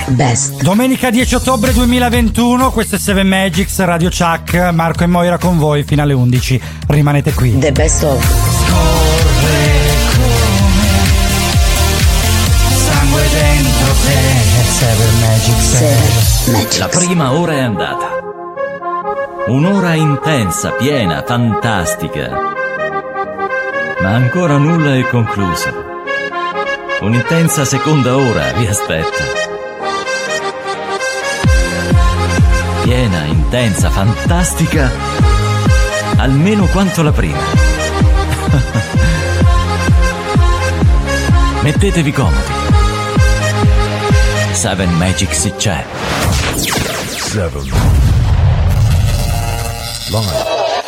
Best. Domenica 10 ottobre 2021, questo è Seven Magics, Radio Chuck, Marco e Moira con voi fino alle 11. Rimanete qui. The best of. Scorre come sangue dentro te. Seven Magics. Seven Magics. La prima ora è andata. Un'ora intensa, piena, fantastica. Ma ancora nulla è concluso. Un'intensa seconda ora vi aspetta. Piena, intensa, fantastica, almeno quanto la prima. Mettetevi comodi. Seven Magics c'è. Seven Live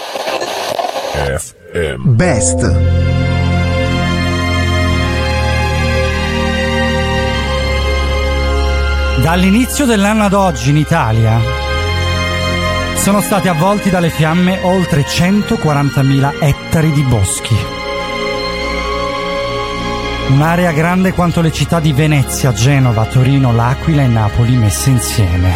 FM Best. Dall'inizio dell'anno ad oggi in Italia sono stati avvolti dalle fiamme oltre 140.000 ettari di boschi. Un'area grande quanto le città di Venezia, Genova, Torino, L'Aquila e Napoli messe insieme.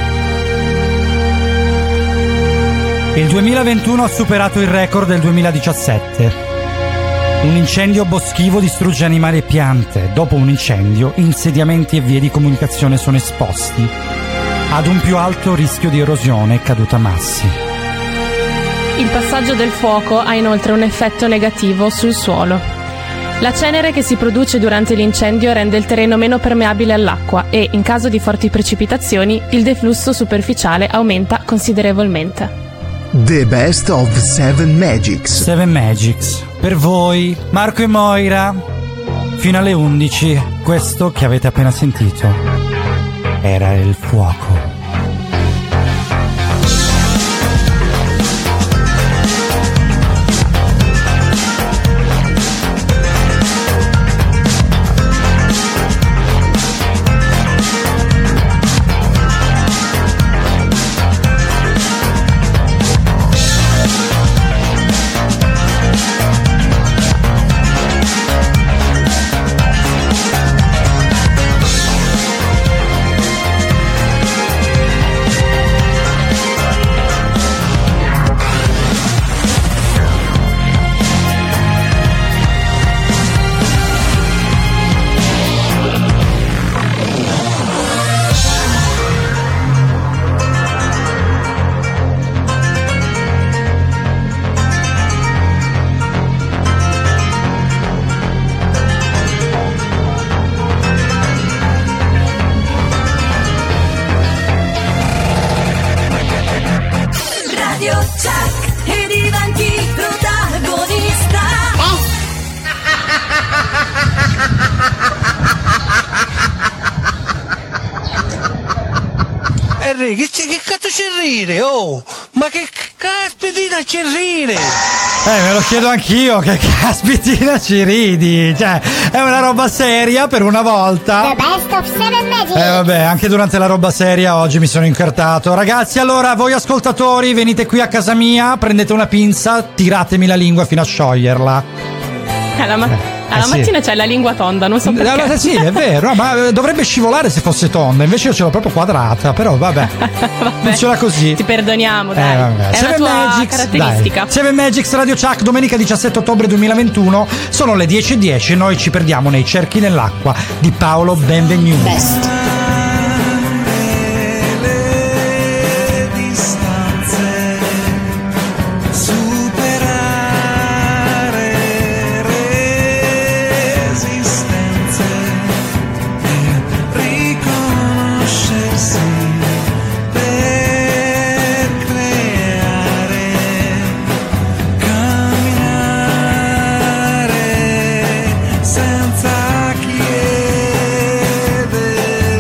Il 2021 ha superato il record del 2017. Un incendio boschivo distrugge animali e piante. Dopo un incendio, insediamenti e vie di comunicazione sono esposti ad un più alto rischio di erosione e caduta massi. Il passaggio del fuoco ha inoltre un effetto negativo sul suolo. La cenere che si produce durante l'incendio rende il terreno meno permeabile all'acqua e, in caso di forti precipitazioni, il deflusso superficiale aumenta considerevolmente. The best of Seven Magics. Seven Magics. Per voi, Marco e Moira, fino alle 11, questo che avete appena sentito era il fuoco. Che cazzo c'è rire? Oh, ma che caspitina c'è rire? Me lo chiedo anch'io, che caspitina ci ridi? Cioè, è una roba seria per una volta. The best of Seven Magics. Vabbè, anche durante la roba seria oggi mi sono incartato. Ragazzi, allora, voi ascoltatori, venite qui a casa mia, prendete una pinza, tiratemi la lingua fino a scioglierla. Alla mattina sì. C'hai la lingua tonda, non so perché. Sì, è vero, ma dovrebbe scivolare se fosse tonda, invece io ce l'ho proprio quadrata, però vabbè. Funziona così. Ti perdoniamo, dai. Vabbè. È una tua caratteristica. Dai. Seven Magics Radio Chuck, domenica 17 ottobre 2021, sono le 10:10 e noi ci perdiamo nei cerchi nell'acqua di Paolo Benvenu. Best. Senza chiedere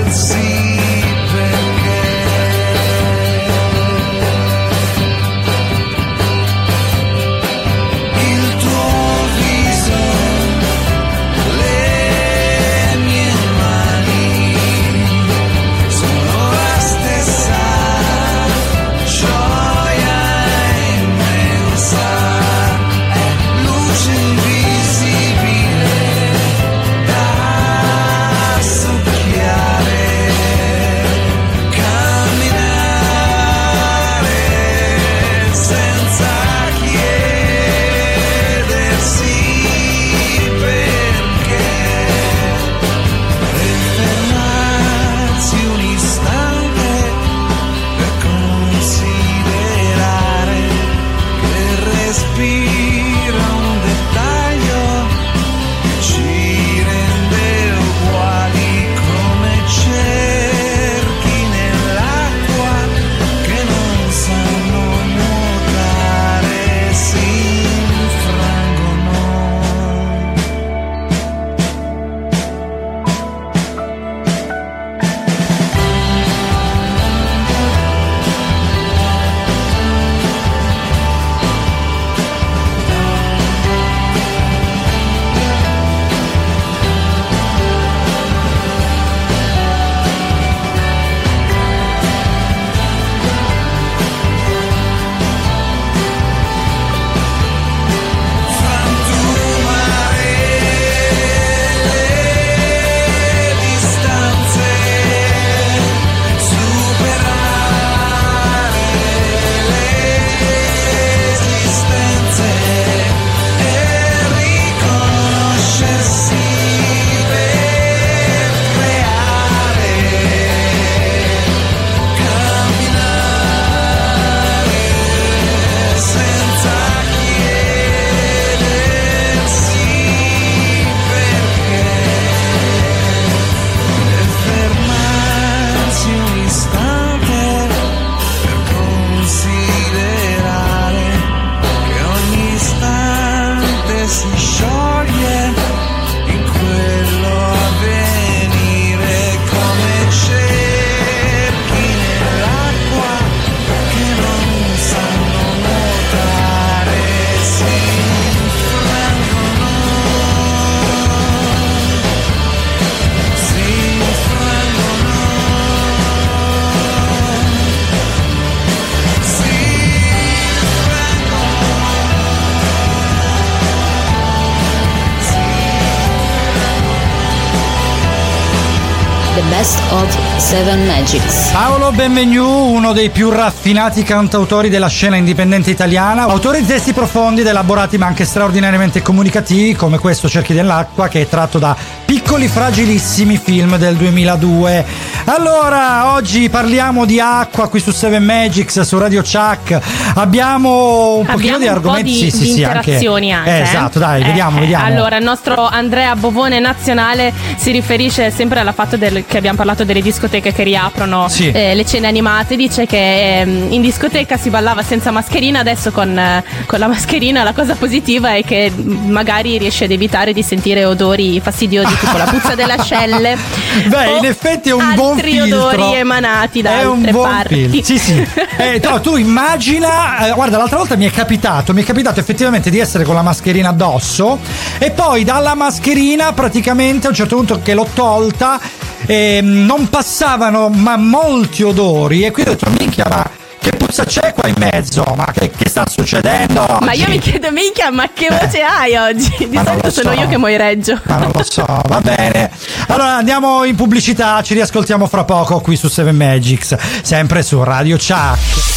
The Best of Seven Magics. Paolo Benvenu, uno dei più raffinati cantautori della scena indipendente italiana, autore di testi profondi ed elaborati ma anche straordinariamente comunicativi, come questo Cerchi dell'acqua, che è tratto da Piccoli fragilissimi, film del 2002. Allora, oggi parliamo di acqua qui su Seven Magics, su Radio Chuck. Abbiamo un pochino di argomenti, di interazioni anche. Esatto, dai, vediamo. Allora, il nostro Andrea Bovone nazionale si riferisce sempre al fatto che abbiamo parlato delle discoteche che riaprono le cene animate. Dice che in discoteca si ballava senza mascherina, adesso con la mascherina la cosa positiva è che magari riesce ad evitare di sentire odori fastidiosi tipo la puzza delle ascelle. Beh, in effetti è un buon filtro. Altri odori emanati da altre parti. Sì. Tu immagina, guarda, l'altra volta mi è capitato effettivamente di essere con la mascherina addosso e poi dalla mascherina praticamente a un certo punto che l'ho tolta non passavano ma molti odori e quindi ho detto minchia, ma che puzza c'è qua in mezzo? Ma che sta succedendo oggi? Ma io mi chiedo, minchia, ma che voce hai oggi? Di solito sono io che moireggio. Ma non lo so, va bene. Allora andiamo in pubblicità, ci riascoltiamo fra poco qui su Seven Magics, sempre su Radio Chuck.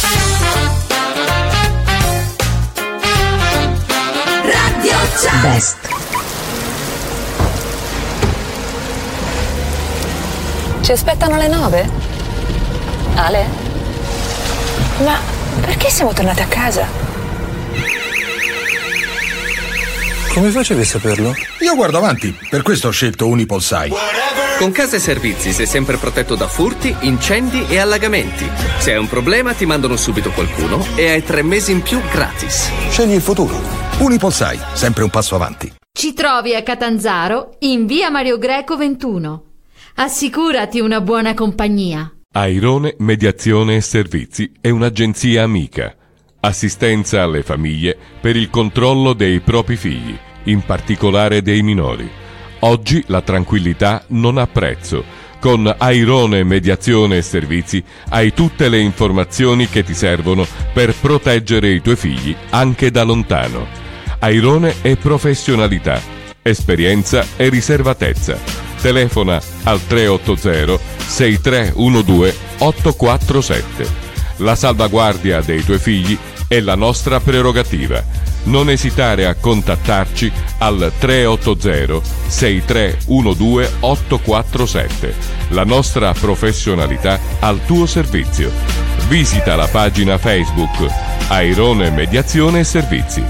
Radio Chuck. Best. Ci aspettano alle 9? Ale? Ma perché siamo tornati a casa? Come facevi a saperlo? Io guardo avanti, per questo ho scelto Unipolsai. Con Casa e Servizi sei sempre protetto da furti, incendi e allagamenti. Se hai un problema ti mandano subito qualcuno e hai 3 mesi in più gratis. Scegli il futuro. Unipolsai, sempre un passo avanti. Ci trovi a Catanzaro in via Mario Greco 21. Assicurati una buona compagnia. Airone Mediazione e Servizi è un'agenzia amica. Assistenza alle famiglie per il controllo dei propri figli, in particolare dei minori. Oggi la tranquillità non ha prezzo. Con Airone Mediazione e Servizi hai tutte le informazioni che ti servono per proteggere i tuoi figli anche da lontano. Airone è professionalità, esperienza e riservatezza. Telefona al 380 6312 847. La salvaguardia dei tuoi figli è la nostra prerogativa. Non esitare a contattarci al 380 6312 847. La nostra professionalità al tuo servizio. Visita la pagina Facebook Airone Mediazione e Servizi.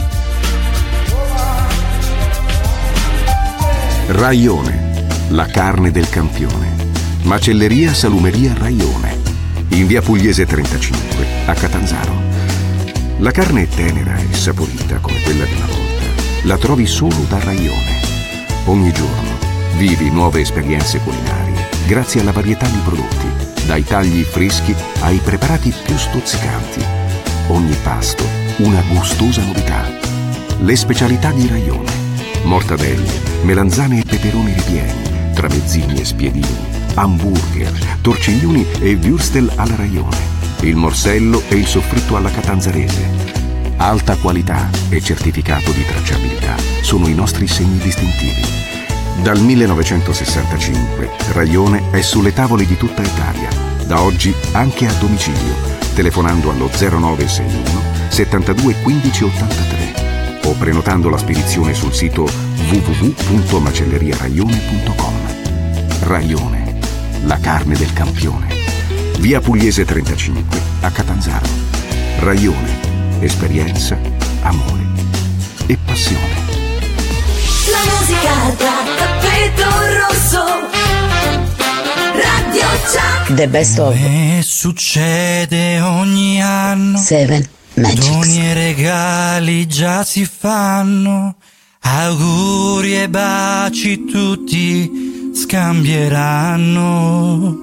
Raione, la carne del campione. Macelleria Salumeria Raione, in via Pugliese 35 a Catanzaro. La carne è tenera e saporita come quella di una volta. La trovi solo da Raione. Ogni giorno vivi nuove esperienze culinarie grazie alla varietà di prodotti, dai tagli freschi ai preparati più stuzzicanti. Ogni pasto una gustosa novità. Le specialità di Raione: mortadelle, melanzane e peperoni ripieni, tramezzini e spiedini, hamburger, torciglioni e würstel alla Raione, il morsello e il soffritto alla catanzarese. Alta qualità e certificato di tracciabilità sono i nostri segni distintivi. Dal 1965 Raione è sulle tavole di tutta Italia, da oggi anche a domicilio, telefonando allo 0961 72 15 83 o prenotando la spedizione sul sito www.macelleriaraione.com. Raione, la carne del campione. Via Pugliese 35 a Catanzaro. Raione, esperienza, amore e passione. La musica da tappeto rosso. Radio Chuck. The Best of. E succede ogni anno. Seven Magics. Doni e regali già si fanno. Auguri e baci tutti scambieranno.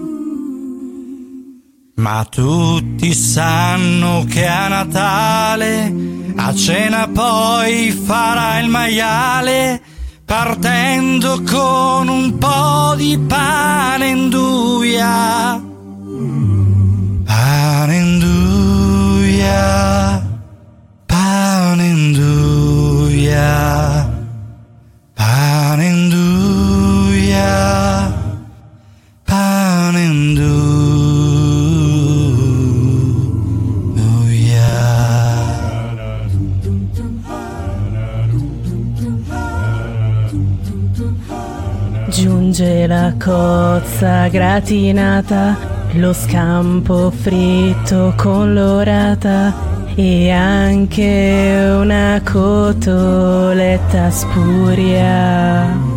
Ma tutti sanno che a Natale a cena poi farà il maiale, partendo con un po' di pane induia. Pane induia, pane induia, pane induia, pane Giunge la cozza gratinata, lo scampo fritto con l'orata e anche una cotoletta spuria.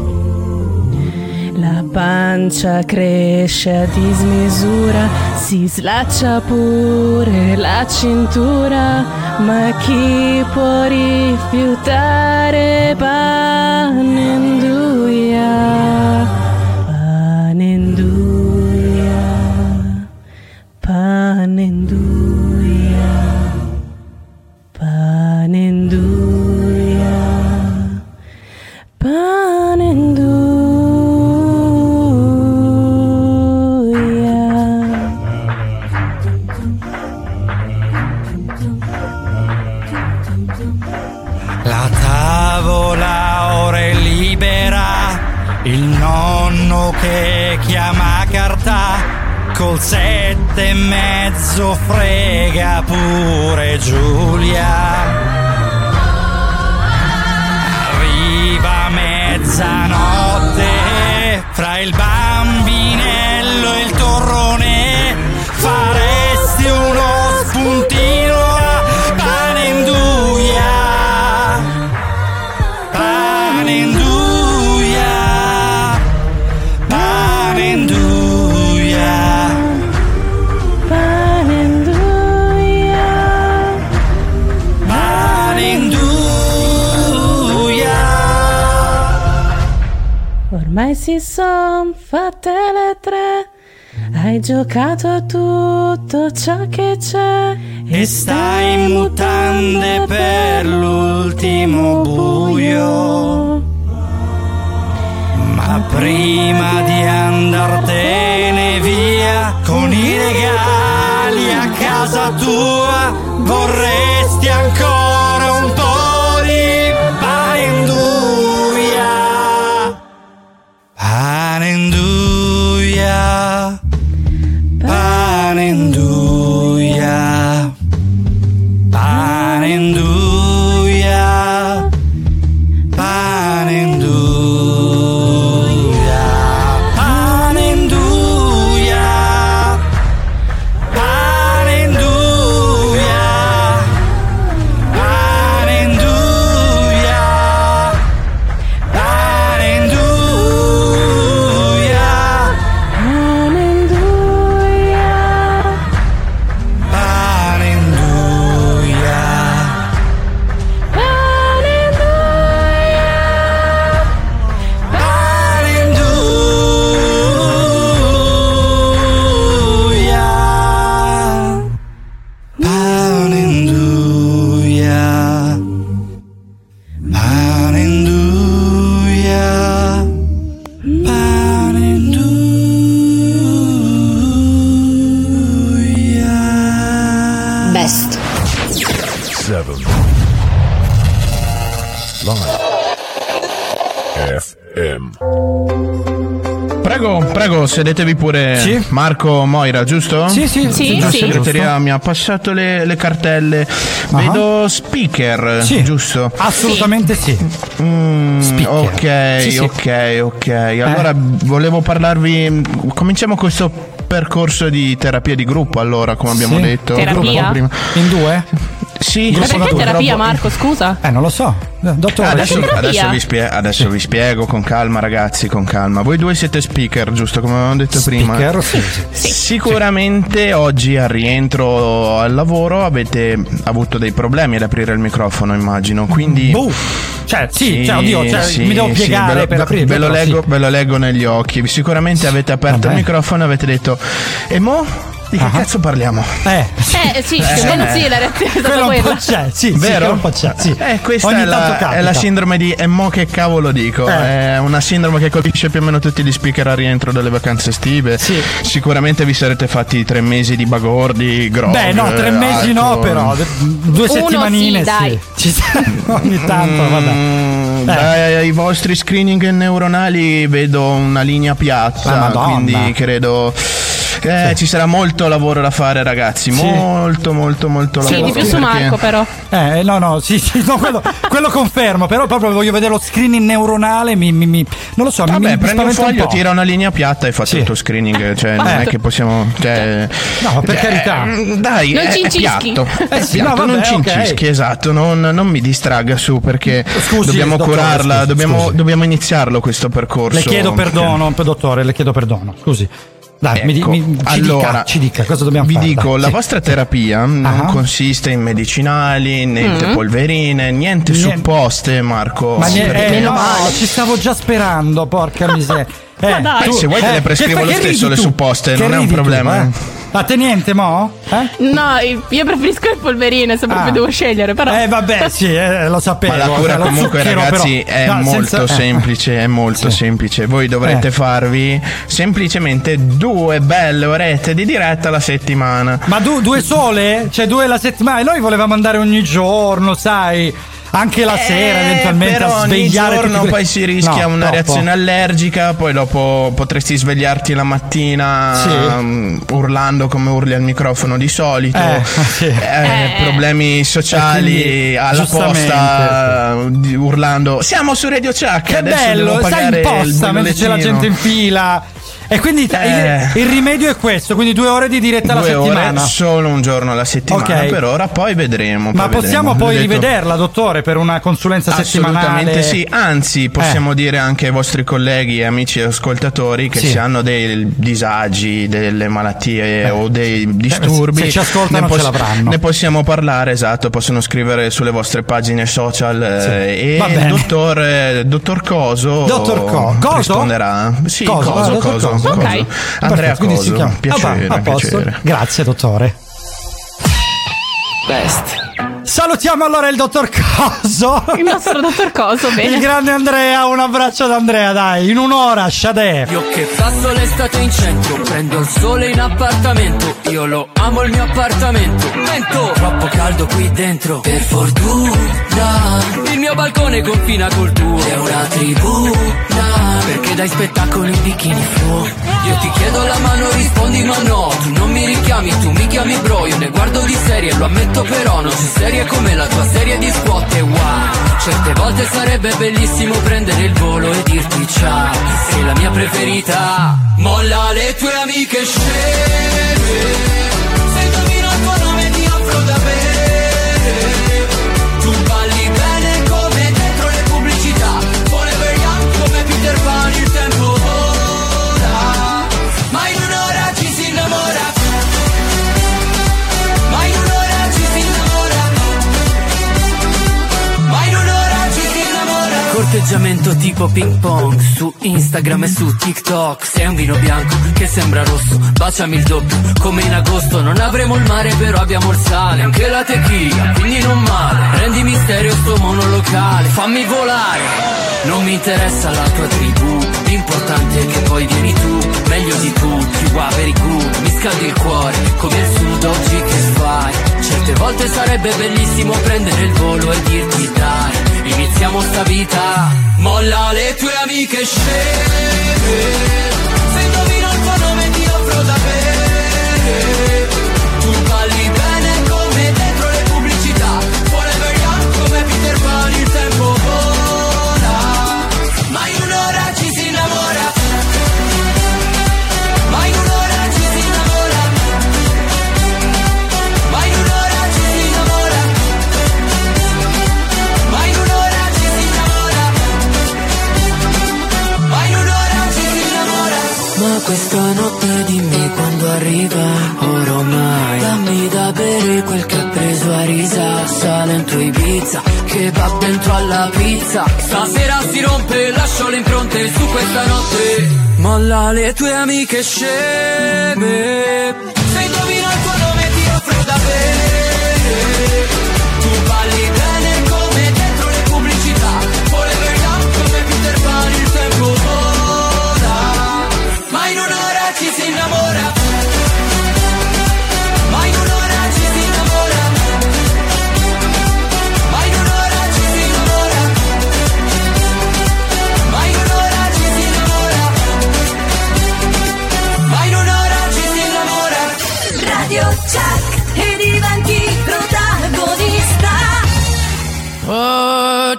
La pancia cresce a dismisura, si slaccia pure la cintura, ma chi può rifiutare Panenduia, Panenduia, Panenduia, Panenduia, Panenduia. La tavola ora è libera, il nonno che chiama carta, col 7:30 frega pure Giulia. Arriva mezzanotte, fra il bambinello e il torrone, faresti uno spuntino a Panenduia. Panenduia, Panenduia, Panenduia, Panenduia. Ormai si son fatte le 3, hai giocato a tutto ciò che c'è E stai in mutande per l'ultimo buio. Ma prima di andartene via con i regali a casa tua, vorresti ancora un po' di Panenduia. Panenduia, Panenduia, Panenduia, Panenduia, Panenduia, Panenduia, Panenduia, Best. 7 Live FM. Prego, sedetevi pure. Sì. Marco Moira, giusto? Sì. La segreteria mi ha passato le cartelle. Vedo speaker, Sì. giusto? Assolutamente sì. Ok, Sì, sì. ok. Allora volevo parlarvi. Cominciamo questo percorso di terapia di gruppo, allora, come abbiamo Sì. detto. Terapia? Gruppo prima. In due? Sì, Ma perché terapia, purtroppo- Marco, scusa? Non lo so. Dottore, Adesso terapia? adesso vi spiego con calma, ragazzi, con calma. Voi due siete speaker, giusto? Come avevamo detto prima. Speaker, sì. Sicuramente oggi al rientro al lavoro avete avuto dei problemi ad aprire il microfono, immagino. Quindi mi devo piegare per aprire. Ve lo leggo negli occhi. Sicuramente avete aperto il microfono e avete detto: e mo? Di che cazzo parliamo? Sì, più o meno sì, la reazione è stata Quello un quella. po' c'è, sì, Vero? sì, un po' c'è, sì. Questa Ogni è tanto capita. è la sindrome di e mo che cavolo dico. È una sindrome che colpisce più o meno tutti gli speaker al rientro delle vacanze estive. Sì. Sicuramente vi sarete fatti 3 mesi di bagordi, grog. Beh, no, 3 mesi no, alcol. però 2 settimanine sì, dai. Ci sta ogni tanto, vabbè. Dai vostri screening neuronali vedo una linea piatta, La Madonna. quindi credo. Ci sarà molto lavoro da fare, ragazzi. Sì. Molto lavoro. Sì, di più su Marco, però. Quello confermo. Però proprio voglio vedere lo screening neuronale. Non lo so. Vabbè, prendi un foglio, tira una linea piatta e fa tutto screening. Cioè, non è che possiamo. No, per carità. Dai, non è piatto. Non cincischi, esatto. Non mi distraga su, perché dobbiamo curarla. Dobbiamo iniziarlo questo percorso. Le chiedo perdono, dottore. Le chiedo perdono. Scusi. Dai, ecco, ci dica cosa dobbiamo fare. Vi dico, la vostra terapia non consiste in medicinali, niente polverine, niente supposte, Marco. Ma ci stavo già sperando, porca miseria. Se vuoi te le prescrivo lo stesso le supposte, non è un problema. A te niente, mo? No, io preferisco le polverine, se proprio devo scegliere, però. Vabbè, sì, lo sapevo. Ma la cura comunque, ragazzi, è molto semplice, semplice. Voi dovrete farvi semplicemente 2 belle orette di diretta alla settimana. Ma 2 sole? Cioè 2 alla settimana? Noi volevamo andare ogni giorno, sai? Anche la sera eventualmente però a svegliare ogni giorno poi si rischia una reazione allergica, poi dopo potresti svegliarti la mattina urlando come urli al microfono di solito, problemi sociali alla posta, urlando siamo su Radio Chuck, che adesso bello, devo pagare in posta mentre c'è la gente in fila. E quindi il rimedio è questo, quindi 2 ore di diretta alla settimana. 2 ore, solo un giorno alla settimana per ora, poi vedremo. Ma possiamo poi rivederla, dottore, per una consulenza settimanale? Assolutamente sì, anzi possiamo dire anche ai vostri colleghi e amici ascoltatori che se hanno dei disagi, delle malattie o dei disturbi, se ci ascoltano ce l'avranno. Ne possiamo parlare, possono scrivere sulle vostre pagine social e il dottor Coso risponderà. Sì, Coso. Ok, Andrea Coso, piacere. Grazie, dottore. Best. Salutiamo allora il dottor Coso. Il nostro dottor Coso, bene. Il grande Andrea, un abbraccio ad Andrea, dai, in un'ora, Shadé. Io che passo l'estate in centro, prendo il sole in appartamento. Io lo amo il mio appartamento. Vento, troppo caldo qui dentro. Per fortuna, il mio balcone confina col tuo. È una tribuna, perché dai spettacolo in bikini flow. Io ti chiedo la mano, rispondi ma no. Tu non mi richiami, tu mi chiami bro. Io ne guardo di serie, lo ammetto però non c'è serie come la tua serie di squat e wow. Certe volte sarebbe bellissimo prendere il volo e dirti ciao. Sei la mia preferita. Molla le tue amiche sceme. Se indovino il tuo nome ti offro da bere. Tu balli bene come dentro le pubblicità. Forever young come Peter Pan, il tempo vola. Ma in un'ora ci si innamora. Ma in un'ora ci si innamora. Ma in un'ora ci si innamora. Corteggiamento tipo ping pong su Instagram e su TikTok. Sei un vino bianco che sembra rosso, baciami il doppio come in agosto. Non avremo il mare però abbiamo il sale, anche la tequila, quindi non male. Rendi misterio sto monolocale, fammi volare. Non mi interessa la tua tribù, l'importante è che poi vieni tu. Meglio di tutti, wow, very good. Mi scaldi il cuore come il sud oggi che fai. Certe volte sarebbe bellissimo prendere il volo e dirti dai, iniziamo sta vita. Molla le tue amiche sceme. Se indovino il tuo nome ti offro da bere. Tu balli bene come dentro le pubblicità. Forever young come Peter Pan, il tempo vola. Ma in un'ora ci si innamora. Ma in un'ora ci si innamora. Ma in un'ora ci si innamora. Ma in un'ora ci si innamora. Ma in un'ora ci si innamora. Ma questa notte dimmi quando arriva. Ormai dammi da bere quel che ha preso a risa. Salento Ibiza, che va dentro alla pizza. Stasera si rompe, lascio le impronte su questa notte. Molla le tue amiche sceme. Se indovino il tuo nome ti offro da bere. Tu balli bene come dentro le pubblicità. Forever young come Peter Pan, il tempo vola. Ma in un'ora ci si innamora. Ma in un'ora ci si innamora. Ma in un'ora ci si innamora. Ma in un'ora ci si innamora. Ma in un'ora ci si innamora.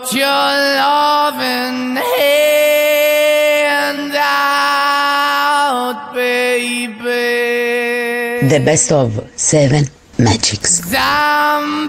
put your loving hand out, baby. The best of 7 Magics. I'm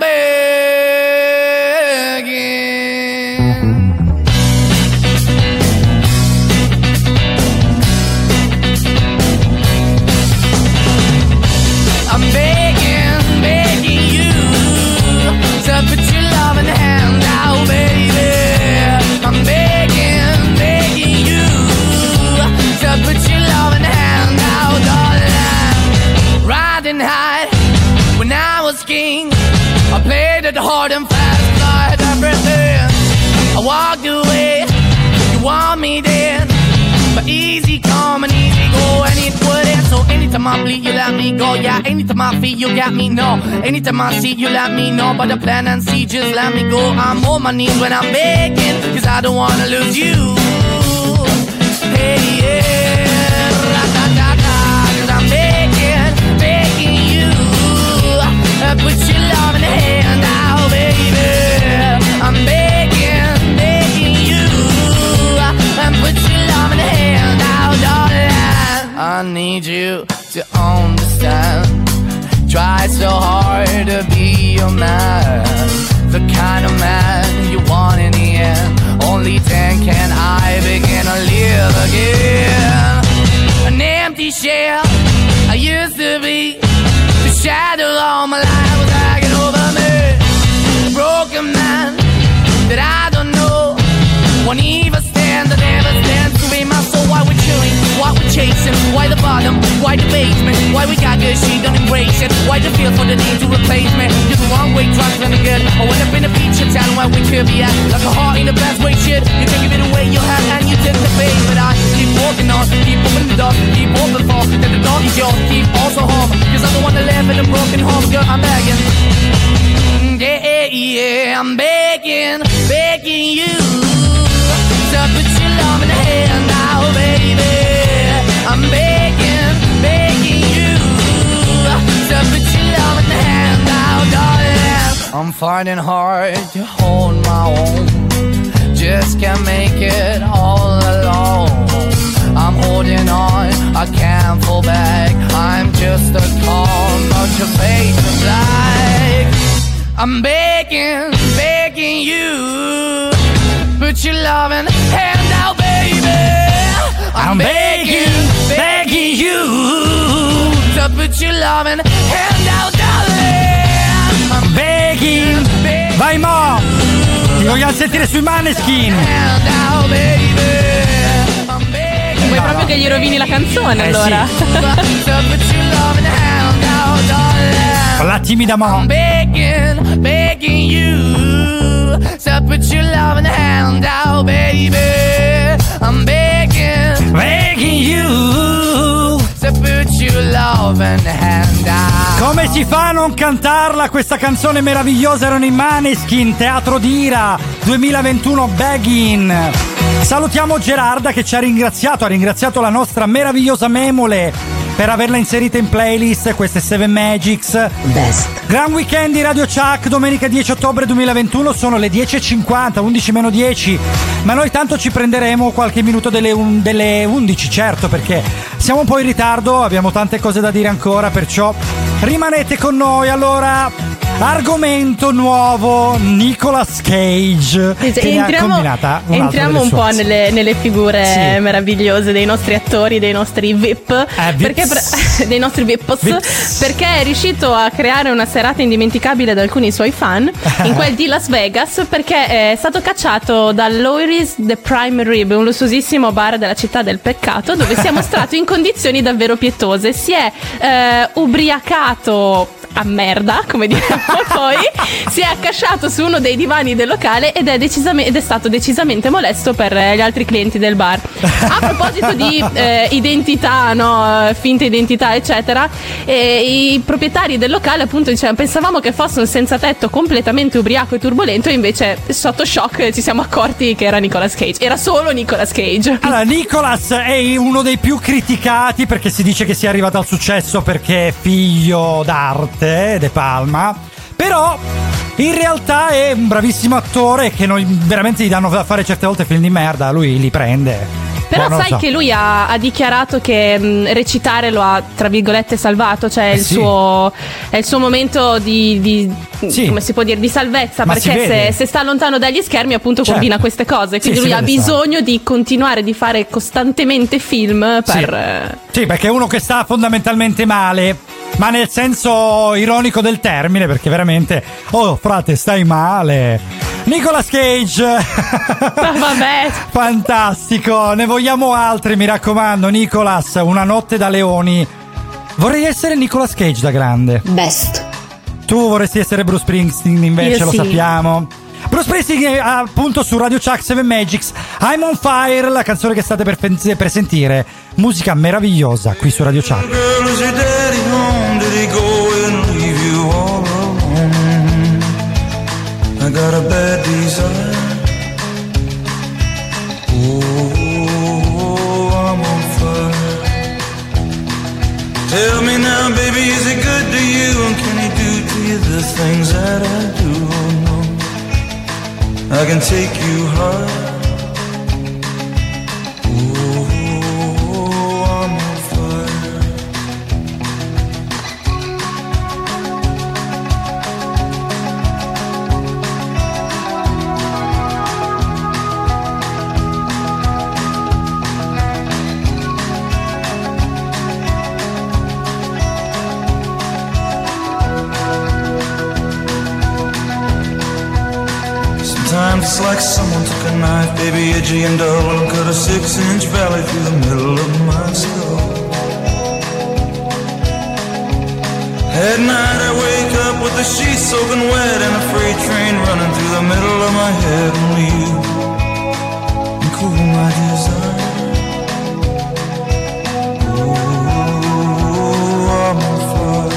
begging you to put your loving hand out, baby. I'm begging you to put your loving hand out, darling. Riding high when I was king, I played it hard and fast, like everything. I walked away, you want me then, but easy come and easy go, and it wouldn't. So anytime I bleed, you let me go. Yeah, anytime I feel, you got me, no. Anytime I see, you let me know. But the plan and see, just let me go. I'm on my knees when I'm begging, cause I don't wanna lose you. Hey, yeah, ra-da-da-da, cause I'm begging you. Put your love in the hand out, baby. I'm begging you. Put your love in the hand out, darling. I need you to understand. Try so hard to be your man, the kind of man you want in the end. Only then can I begin to live again. An empty shell I used to be, the shadow all my life was hanging over me. A broken man that I don't know won't even stand, I never stand to be my soul. Why we're chewing, why we're chasing, why the bottom, why the basement, why we got good, she don't embrace it, why the feel for the need to replace me. You're the wrong way, trying to good. I went up in a feature town where we could be at, like a heart in the best way, shit. You can give it away, you have, and you take the bait. But I keep walking on, keep opening the door, keep open for, that the door is yours, keep also home. Cause I'm the one that live in a broken home, girl, I'm begging. Yeah, I'm begging you to put your love in the hand now, baby. I'm begging you to put your love in the hand now, darling. I'm finding hard to hold my own, just can't make it all alone. I'm holding on, I can't fall back, I'm just a call, but your face is black. I'm begging you, put your loving hand out, baby. I'm begging you to put your loving hand out, darling. I'm begging. Vai Mo, ti vogliamo sentire sui Maneskin. Hand out, baby. Vuoi proprio che gli rovini la canzone, allora? Sì. Con la timida Mo. I'm begging you to put your love in the hand out, baby. I'm begging you to put your love in the hand out. Come si fa a non cantarla questa canzone meravigliosa? Erano i Maneskin, Teatro d'Ira 2021, Beggin'. Salutiamo Gerarda che ci ha ringraziato la nostra meravigliosa Memole per averla inserita in playlist. Queste 7 Magics Best. Gran weekend di Radio Chuck, domenica 10 ottobre 2021, sono le 10.50, 11:10, ma noi tanto ci prenderemo qualche minuto delle 11, certo, perché siamo un po' in ritardo, abbiamo tante cose da dire ancora, perciò rimanete con noi. Allora, argomento nuovo, Nicolas Cage, che ne ha combinata entriamo un po' nelle figure meravigliose dei nostri attori, dei nostri VIP, perché dei nostri VIPs, perché è riuscito a creare una serata indimenticabile da alcuni suoi fan in quel di Las Vegas, perché è stato cacciato dall'Oiris The Prime Rib, un lussuosissimo bar della città del peccato, dove si è mostrato in condizioni davvero pietose. Si è ubriacato a merda, come diremmo poi, si è accasciato su uno dei divani del locale ed è stato decisamente molesto per gli altri clienti del bar. A proposito di identità, no, finte identità eccetera, i proprietari del locale appunto dicevano: pensavamo che fosse un senza tetto completamente ubriaco e turbolento, e invece sotto shock ci siamo accorti che era Nicolas Cage. Era solo Nicolas Cage. Allora, Nicolas è uno dei più criticati perché si dice che sia arrivato al successo perché è figlio d'arte, De Palma. Però in realtà è un bravissimo attore che noi veramente gli danno da fare certe volte film di merda, lui li prende. Però sai che lui ha dichiarato che recitare lo ha, tra virgolette, salvato, cioè è il suo momento di come si può dire, di salvezza, perché se sta lontano dagli schermi appunto combina queste cose, quindi lui ha bisogno di continuare di fare costantemente film per... Sì, perché è uno che sta fondamentalmente male, ma nel senso ironico del termine, perché veramente, oh frate, stai male. Nicolas Cage. Vabbè, fantastico, ne vogliamo altri, mi raccomando. Nicolas, Una notte da leoni. Vorrei essere Nicolas Cage da grande. Best. Tu vorresti essere Bruce Springsteen, invece. Io lo sappiamo. Bruce Springsteen appunto su Radio Chuck 7 Magics. I'm on Fire, la canzone che state per sentire. Musica meravigliosa qui su Radio Chuck. I got a bad desire. Oh, I'm on fire. Tell me now, baby, is it good to you? And can he do to you the things that I do? Oh, no, I can take you high. It's like someone took a knife, baby, edgy and dull, and cut a 6-inch valley through the middle of my skull. At night I wake up with the sheets soaking wet and a freight train running through the middle of my head. Only you can cool my desire. Oh, I'm on fire.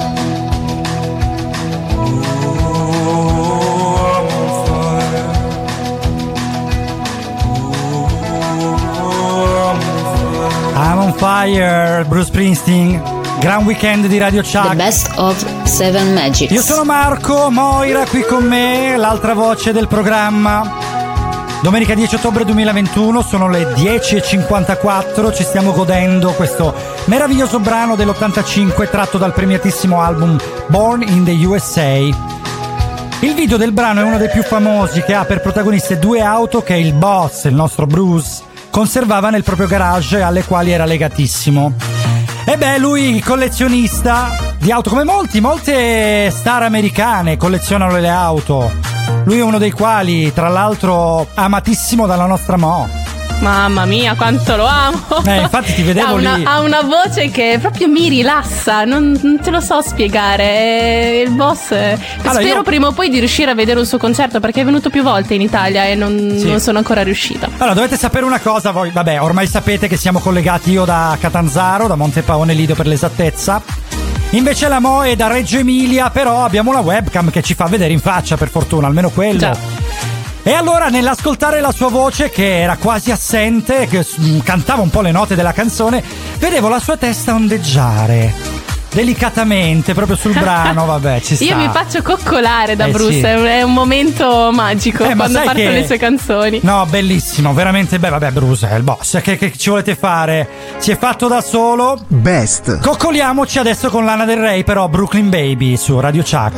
I'm on Fire, Bruce Springsteen, gran weekend di Radio Chuck. The Best of 7 Magics. Io sono Marco, Moira qui con me, l'altra voce del programma. Domenica 10 ottobre 2021, sono le 10:54, ci stiamo godendo questo meraviglioso brano dell'85 tratto dal premiatissimo album Born in the USA. Il video del brano è uno dei più famosi, che ha per protagoniste due auto che il boss, il nostro Bruce, conservava nel proprio garage, alle quali era legatissimo. E beh, lui collezionista di auto, come molte star americane collezionano le auto. Lui è uno dei quali, tra l'altro, amatissimo dalla nostra Mo. Mamma mia, quanto lo amo! Infatti ti vedevo lì. Ha una voce che proprio mi rilassa, non te lo so spiegare. Il boss. Allora, spero prima o poi di riuscire a vedere un suo concerto, perché è venuto più volte in Italia e non sono ancora riuscita. Allora, dovete sapere una cosa, voi, vabbè, ormai sapete che siamo collegati io da Catanzaro, da Montepaone Lido per l'esattezza. Invece la Mo è da Reggio Emilia, però abbiamo una webcam che ci fa vedere in faccia, per fortuna, almeno quello. Già. E allora, nell'ascoltare la sua voce, che era quasi assente, che cantava un po' le note della canzone, vedevo la sua testa ondeggiare delicatamente proprio sul brano. Vabbè, ci sta. Io mi faccio coccolare da Bruce, sì. È un momento magico quando partono le sue canzoni. No, bellissimo, veramente bello. Vabbè, Bruce è il boss, che ci volete fare? Si è fatto da solo. Best. Coccoliamoci adesso con Lana Del Rey, però Brooklyn Baby su Radio Chuck.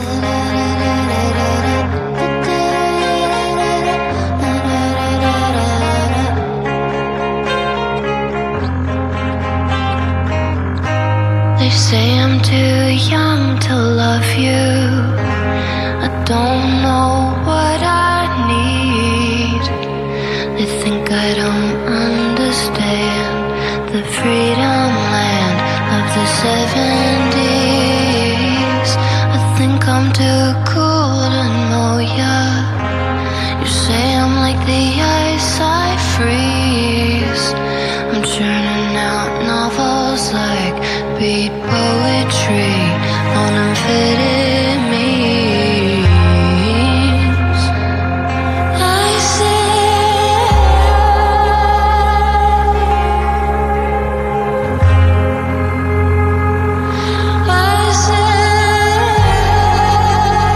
They say I'm too young to love you. I don't know what I need. They think I don't understand the freedom land of the 70s. I think I'm too cool to know ya. You say I'm like the ice I freeze. I'm churning out novels like beat poetry on unfitted memes. I say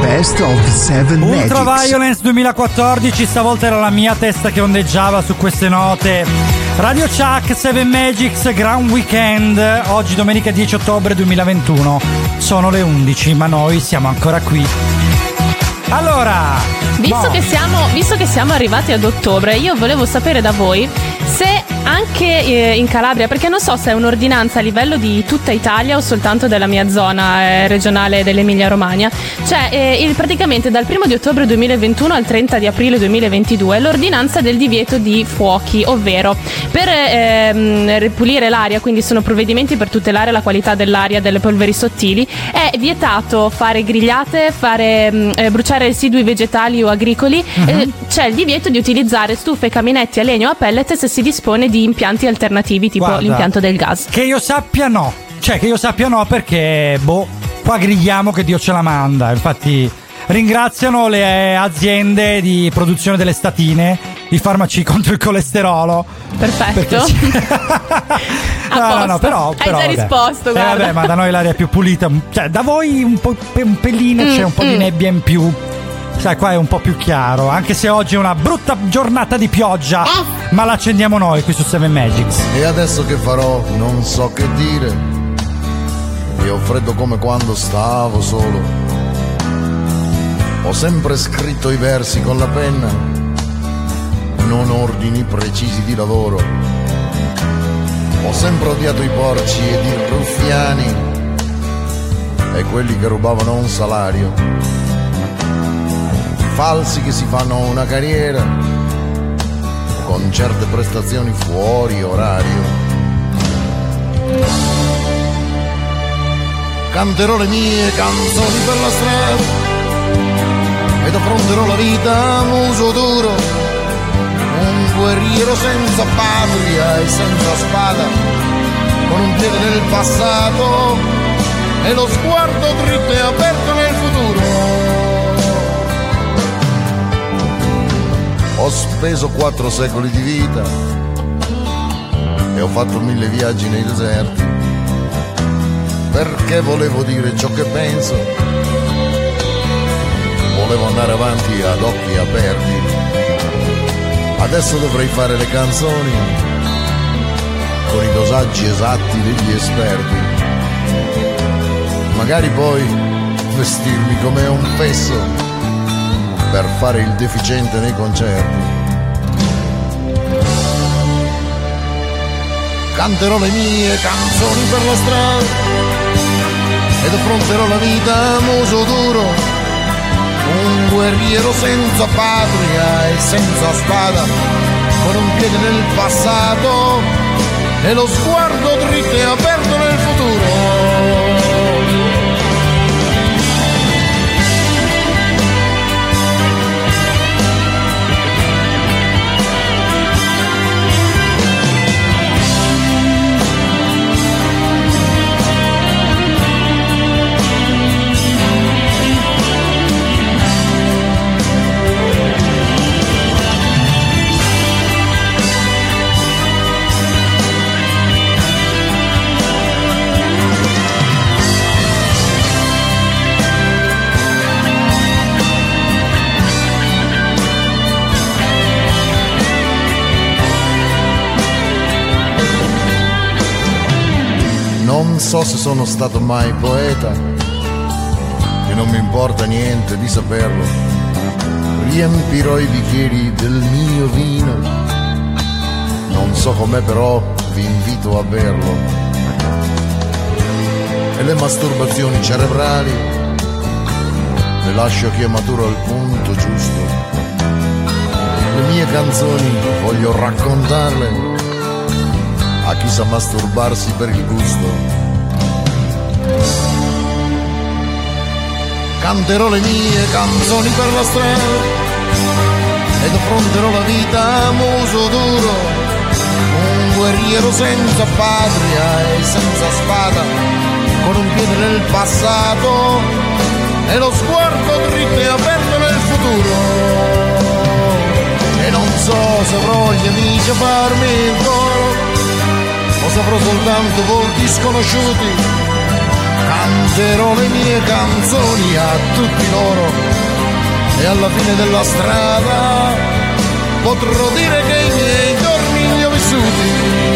Best of Seven Magics. Ultraviolence 2014, stavolta era la mia testa che ondeggiava su queste note. Radio Chuck, Seven Magics, Grand Weekend. Oggi domenica 10 ottobre 2021. Sono le 11, ma noi siamo ancora qui. Allora, visto che siamo arrivati ad ottobre, io volevo sapere da voi se anche in Calabria, perché non so se è un'ordinanza a livello di tutta Italia o soltanto della mia zona regionale dell'Emilia Romagna, cioè praticamente dal 1 di ottobre 2021 al 30 di aprile 2022 l'ordinanza del divieto di fuochi, ovvero per ripulire l'aria, quindi sono provvedimenti per tutelare la qualità dell'aria dalle polveri sottili, è vietato fare grigliate, bruciare residui vegetali o agricoli, c'è il divieto di utilizzare stufe, caminetti a legno o a pellet se si dispone di impianti alternativi tipo l'impianto del gas. Che io sappia no, perché qua grigliamo che Dio ce la manda. Infatti ringraziano le aziende di produzione delle statine, i farmaci contro il colesterolo. Perfetto. No, però hai già risposto, guarda. Vabbè, ma da noi l'aria è più pulita, cioè da voi un pelino c'è un po' di nebbia in più. Sai, qua è un po' più chiaro, anche se oggi è una brutta giornata di pioggia, ma la accendiamo noi qui su Seven Magics. E adesso che farò? Non so che dire. Io ho freddo come quando stavo solo. Ho sempre scritto i versi con la penna, non ordini precisi di lavoro. Ho sempre odiato i porci ed i ruffiani e quelli che rubavano un salario. Falsi che si fanno una carriera con certe prestazioni fuori orario. Canterò le mie canzoni per la strada ed affronterò la vita a muso duro, un guerriero senza patria e senza spada, con un piede nel passato e lo sguardo dritto e aperto nel futuro. Ho speso 4 secoli di vita e ho fatto 1000 viaggi nei deserti, perché volevo dire ciò che penso, volevo andare avanti ad occhi aperti. Adesso dovrei fare le canzoni con i dosaggi esatti degli esperti, magari poi vestirmi come un fesso per fare il deficiente nei concerti. Canterò le mie canzoni per la strada ed affronterò la vita a muso duro, un guerriero senza patria e senza spada, con un piede nel passato e lo sguardo dritto e aperto nel futuro. Non so se sono stato mai poeta, e non mi importa niente di saperlo. Riempirò i bicchieri del mio vino, non so com'è però vi invito a berlo. E le masturbazioni cerebrali le lascio che maturo al punto giusto. Le mie canzoni voglio raccontarle a chi sa masturbarsi per il gusto. Canterò le mie canzoni per la strada ed affronterò la vita a muso duro, un guerriero senza patria e senza spada, con un piede nel passato e lo sguardo dritto e aperto nel futuro. E non so se avrò gli amici a farmi il coro o saprò soltanto volti sconosciuti canterò le mie canzoni a tutti loro e alla fine della strada potrò dire che i miei giorni li ho vissuti.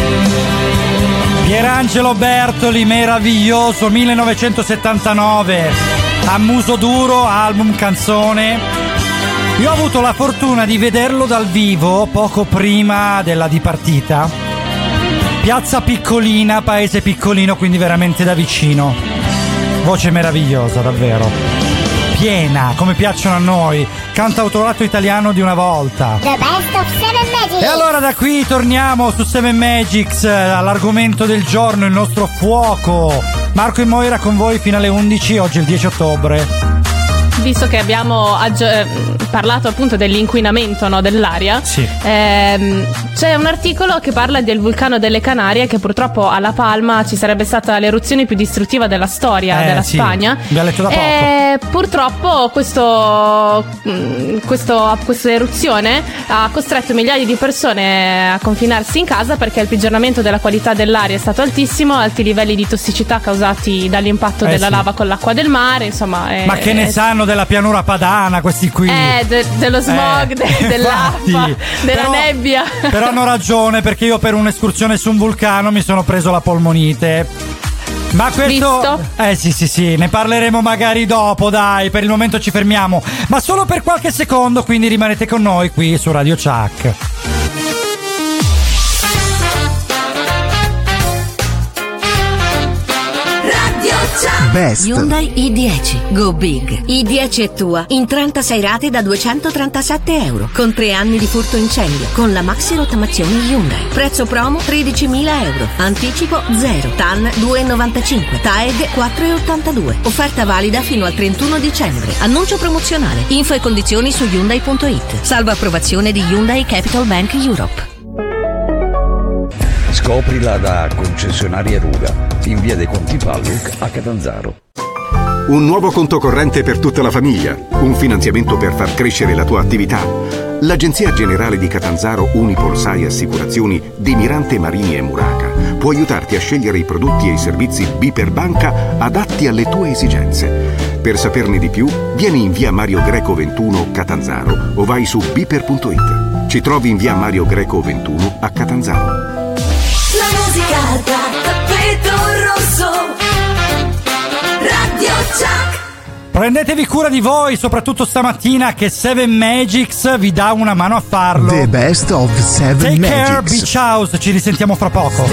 Pierangelo Bertoli, meraviglioso, 1979, a muso duro, album canzone. Io ho avuto la fortuna di vederlo dal vivo poco prima della dipartita. Piazza piccolina, paese piccolino, quindi veramente da vicino. Voce meravigliosa, davvero. Piena, come piacciono a noi. Cantautorato italiano di una volta. The best of Seven Magics. E allora da qui torniamo su Seven Magics, all'argomento del giorno, il nostro fuoco. Marco e Moira con voi fino alle 11, oggi è il 10 ottobre. Visto che abbiamo parlato appunto dell'inquinamento, no, dell'aria, sì. C'è un articolo che parla del vulcano delle Canarie, che purtroppo a La Palma ci sarebbe stata l'eruzione più distruttiva della storia della Spagna. Abbiamo letto da poco. Purtroppo questa eruzione ha costretto migliaia di persone a confinarsi in casa, perché il peggioramento della qualità dell'aria è stato altissimo, alti livelli di tossicità causati dall'impatto della lava con l'acqua del mare, insomma. Ma che ne sanno della pianura padana questi qui? Dello smog, dell'acqua, della nebbia. Però hanno ragione, perché io per un'escursione su un vulcano mi sono preso la polmonite. Ma questo... Visto? Sì, ne parleremo magari dopo, dai, per il momento ci fermiamo. Ma solo per qualche secondo, quindi rimanete con noi qui su Radio Chuck. Best. Hyundai i10 Go Big. i10 è tua in 36 rate da €237, con 3 anni di furto incendio, con la maxi rottamazione Hyundai. Prezzo promo €13.000, anticipo 0, TAN 2,95, TAEG 4,82. Offerta valida fino al 31 dicembre. Annuncio promozionale. Info e condizioni su Hyundai.it. Salvo approvazione di Hyundai Capital Bank Europe. Scoprila da concessionaria Ruga, in via dei Conti Palluc a Catanzaro. Un nuovo conto corrente per tutta la famiglia, un finanziamento per far crescere la tua attività. L'Agenzia Generale di Catanzaro Unipol Sai Assicurazioni di Mirante Marini e Muraca può aiutarti a scegliere i prodotti e i servizi Biper Banca adatti alle tue esigenze. Per saperne di più, vieni in via Mario Greco 21 Catanzaro o vai su biper.it. Ci trovi in via Mario Greco 21 a Catanzaro. La musica da tappeto rosso. Radio Chuck. Prendetevi cura di voi, soprattutto stamattina, che Seven Magics vi dà una mano a farlo. The best of Seven Magics. Take Magics. care, Beach House, ci risentiamo fra poco.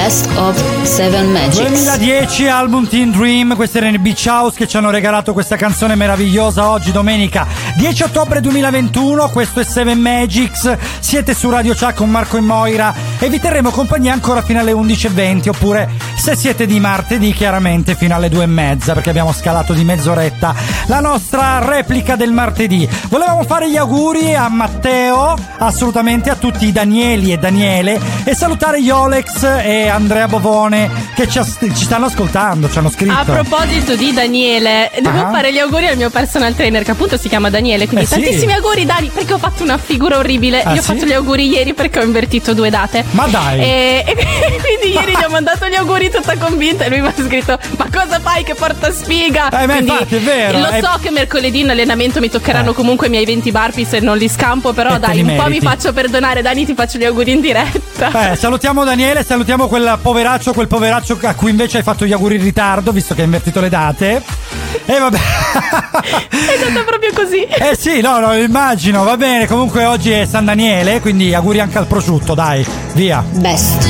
Best of Seven Magics. 2010 album Teen Dream. Questi erano i Beach House che ci hanno regalato questa canzone meravigliosa oggi domenica 10 ottobre 2021. Questo è Seven Magics. Siete su Radio Chuck con Marco e Moira e vi terremo compagnia ancora fino alle 11:20, oppure se siete di martedì chiaramente fino alle 2:30, perché abbiamo scalato di mezz'oretta la nostra replica del martedì. Volevamo fare gli auguri a Matteo, assolutamente, a tutti i Danieli e Daniele, e salutare Yolex e Andrea Bovone che ci stanno ascoltando, ci hanno scritto. A proposito di Daniele, devo fare gli auguri al mio personal trainer che appunto si chiama Daniele, quindi tantissimi auguri Dani, perché ho fatto una figura orribile. Gli ho fatto gli auguri ieri perché ho invertito 2 date. Ma dai! E quindi ieri gli ho mandato gli auguri tutta convinta e lui mi ha scritto: ma cosa fai che porta sfiga? Quindi, infatti, è vero. Lo so che mercoledì in allenamento mi toccheranno comunque i miei 20 burpees e non li scampo, però dai, un po' mi faccio perdonare. Dani, ti faccio gli auguri in diretta. Salutiamo Daniele, salutiamo quel poveraccio a cui invece hai fatto gli auguri in ritardo, visto che hai invertito le date. E vabbè. È stato proprio così. Sì, no, immagino, va bene. Comunque oggi è San Daniele, quindi auguri anche al prosciutto, dai, via. Best.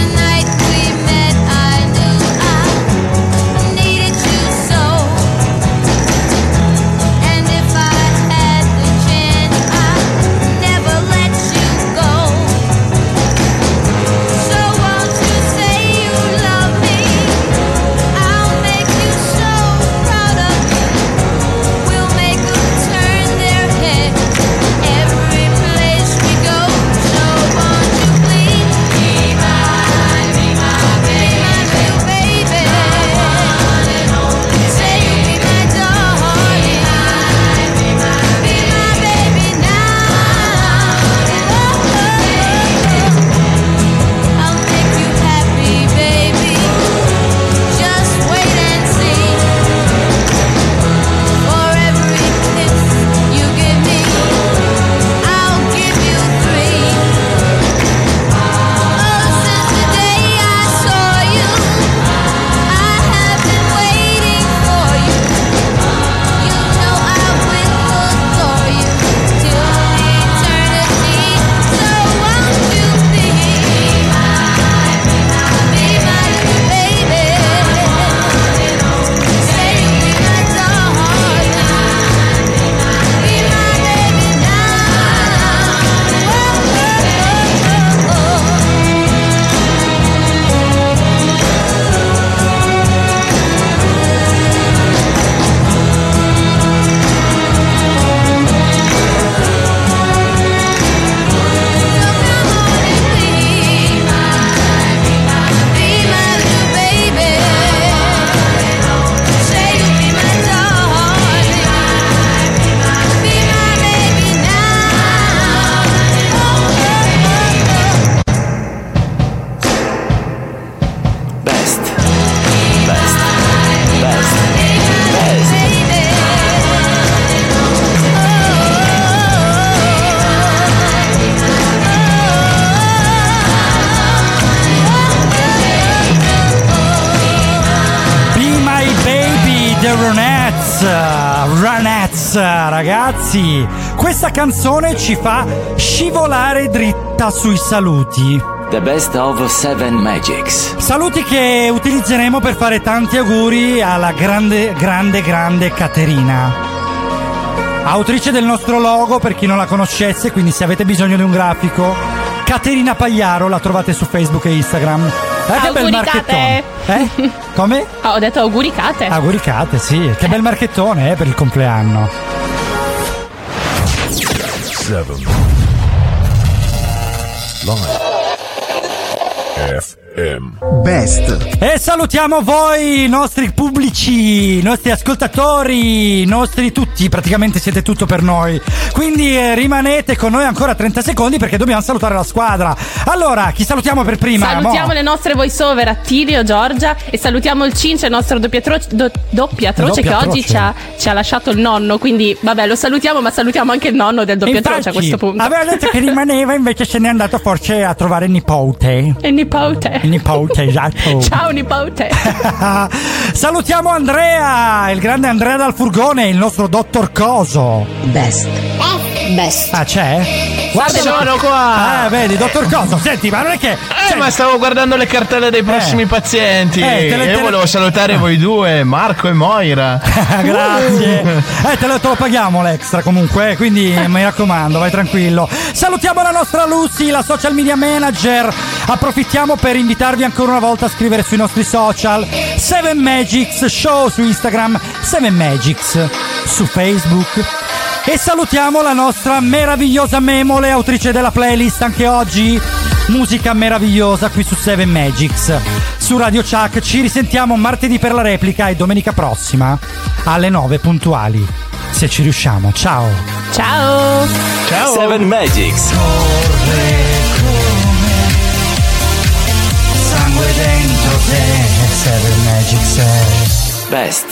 Ronettes, ragazzi, questa canzone ci fa scivolare dritta sui saluti. The Best of Seven Magics. Saluti che utilizzeremo per fare tanti auguri alla grande Caterina, autrice del nostro logo, per chi non la conoscesse, quindi se avete bisogno di un grafico, Caterina Pagliaro, la trovate su Facebook e Instagram. Che bel marchettone. Come? Ho detto auguricate. Auguricate, sì. Che bel marchettone per il compleanno. 7 Live FM Best. E salutiamo voi, i nostri pubblici, i nostri ascoltatori, i nostri tutti, praticamente siete tutto per noi. Quindi rimanete con noi ancora 30 secondi perché dobbiamo salutare la squadra. Allora, chi salutiamo per prima? Salutiamo le nostre voice over, Attilio, Giorgia, e salutiamo il Cince, il nostro doppiatroce che oggi ci ha lasciato il nonno. Quindi vabbè, lo salutiamo, ma salutiamo anche il nonno del doppiatroce a questo punto. Aveva detto che rimaneva, invece se n'è andato forse a trovare il nipote. Il nipote. Il nipote, esatto. Ciao nipote. Salutiamo Andrea, il grande Andrea dal furgone, il nostro dottor Coso. Best. Best. Ah, c'è? Guarda, sono qua. Vedi, dottor Coso, senti, ma non è che... ma stavo guardando le cartelle dei prossimi pazienti e volevo salutare voi due, Marco e Moira. Grazie. Te lo paghiamo l'extra comunque, quindi mi raccomando, vai tranquillo. Salutiamo la nostra Lucy, la social media manager. Approfittiamo per invitarvi ancora una volta a scrivere sui nostri social. 7 Magics Show su Instagram, 7 Magics su Facebook. E salutiamo la nostra meravigliosa Memole, autrice della playlist anche oggi. Musica meravigliosa qui su 7 Magics. Su Radio Chuck ci risentiamo martedì per la replica e domenica prossima alle 9 puntuali. Se ci riusciamo. Ciao. Ciao. Ciao. 7 Magics. Corre come sangue dentro te. 7 Magics. Best.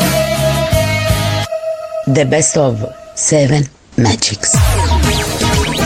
The Best of 7 Magics.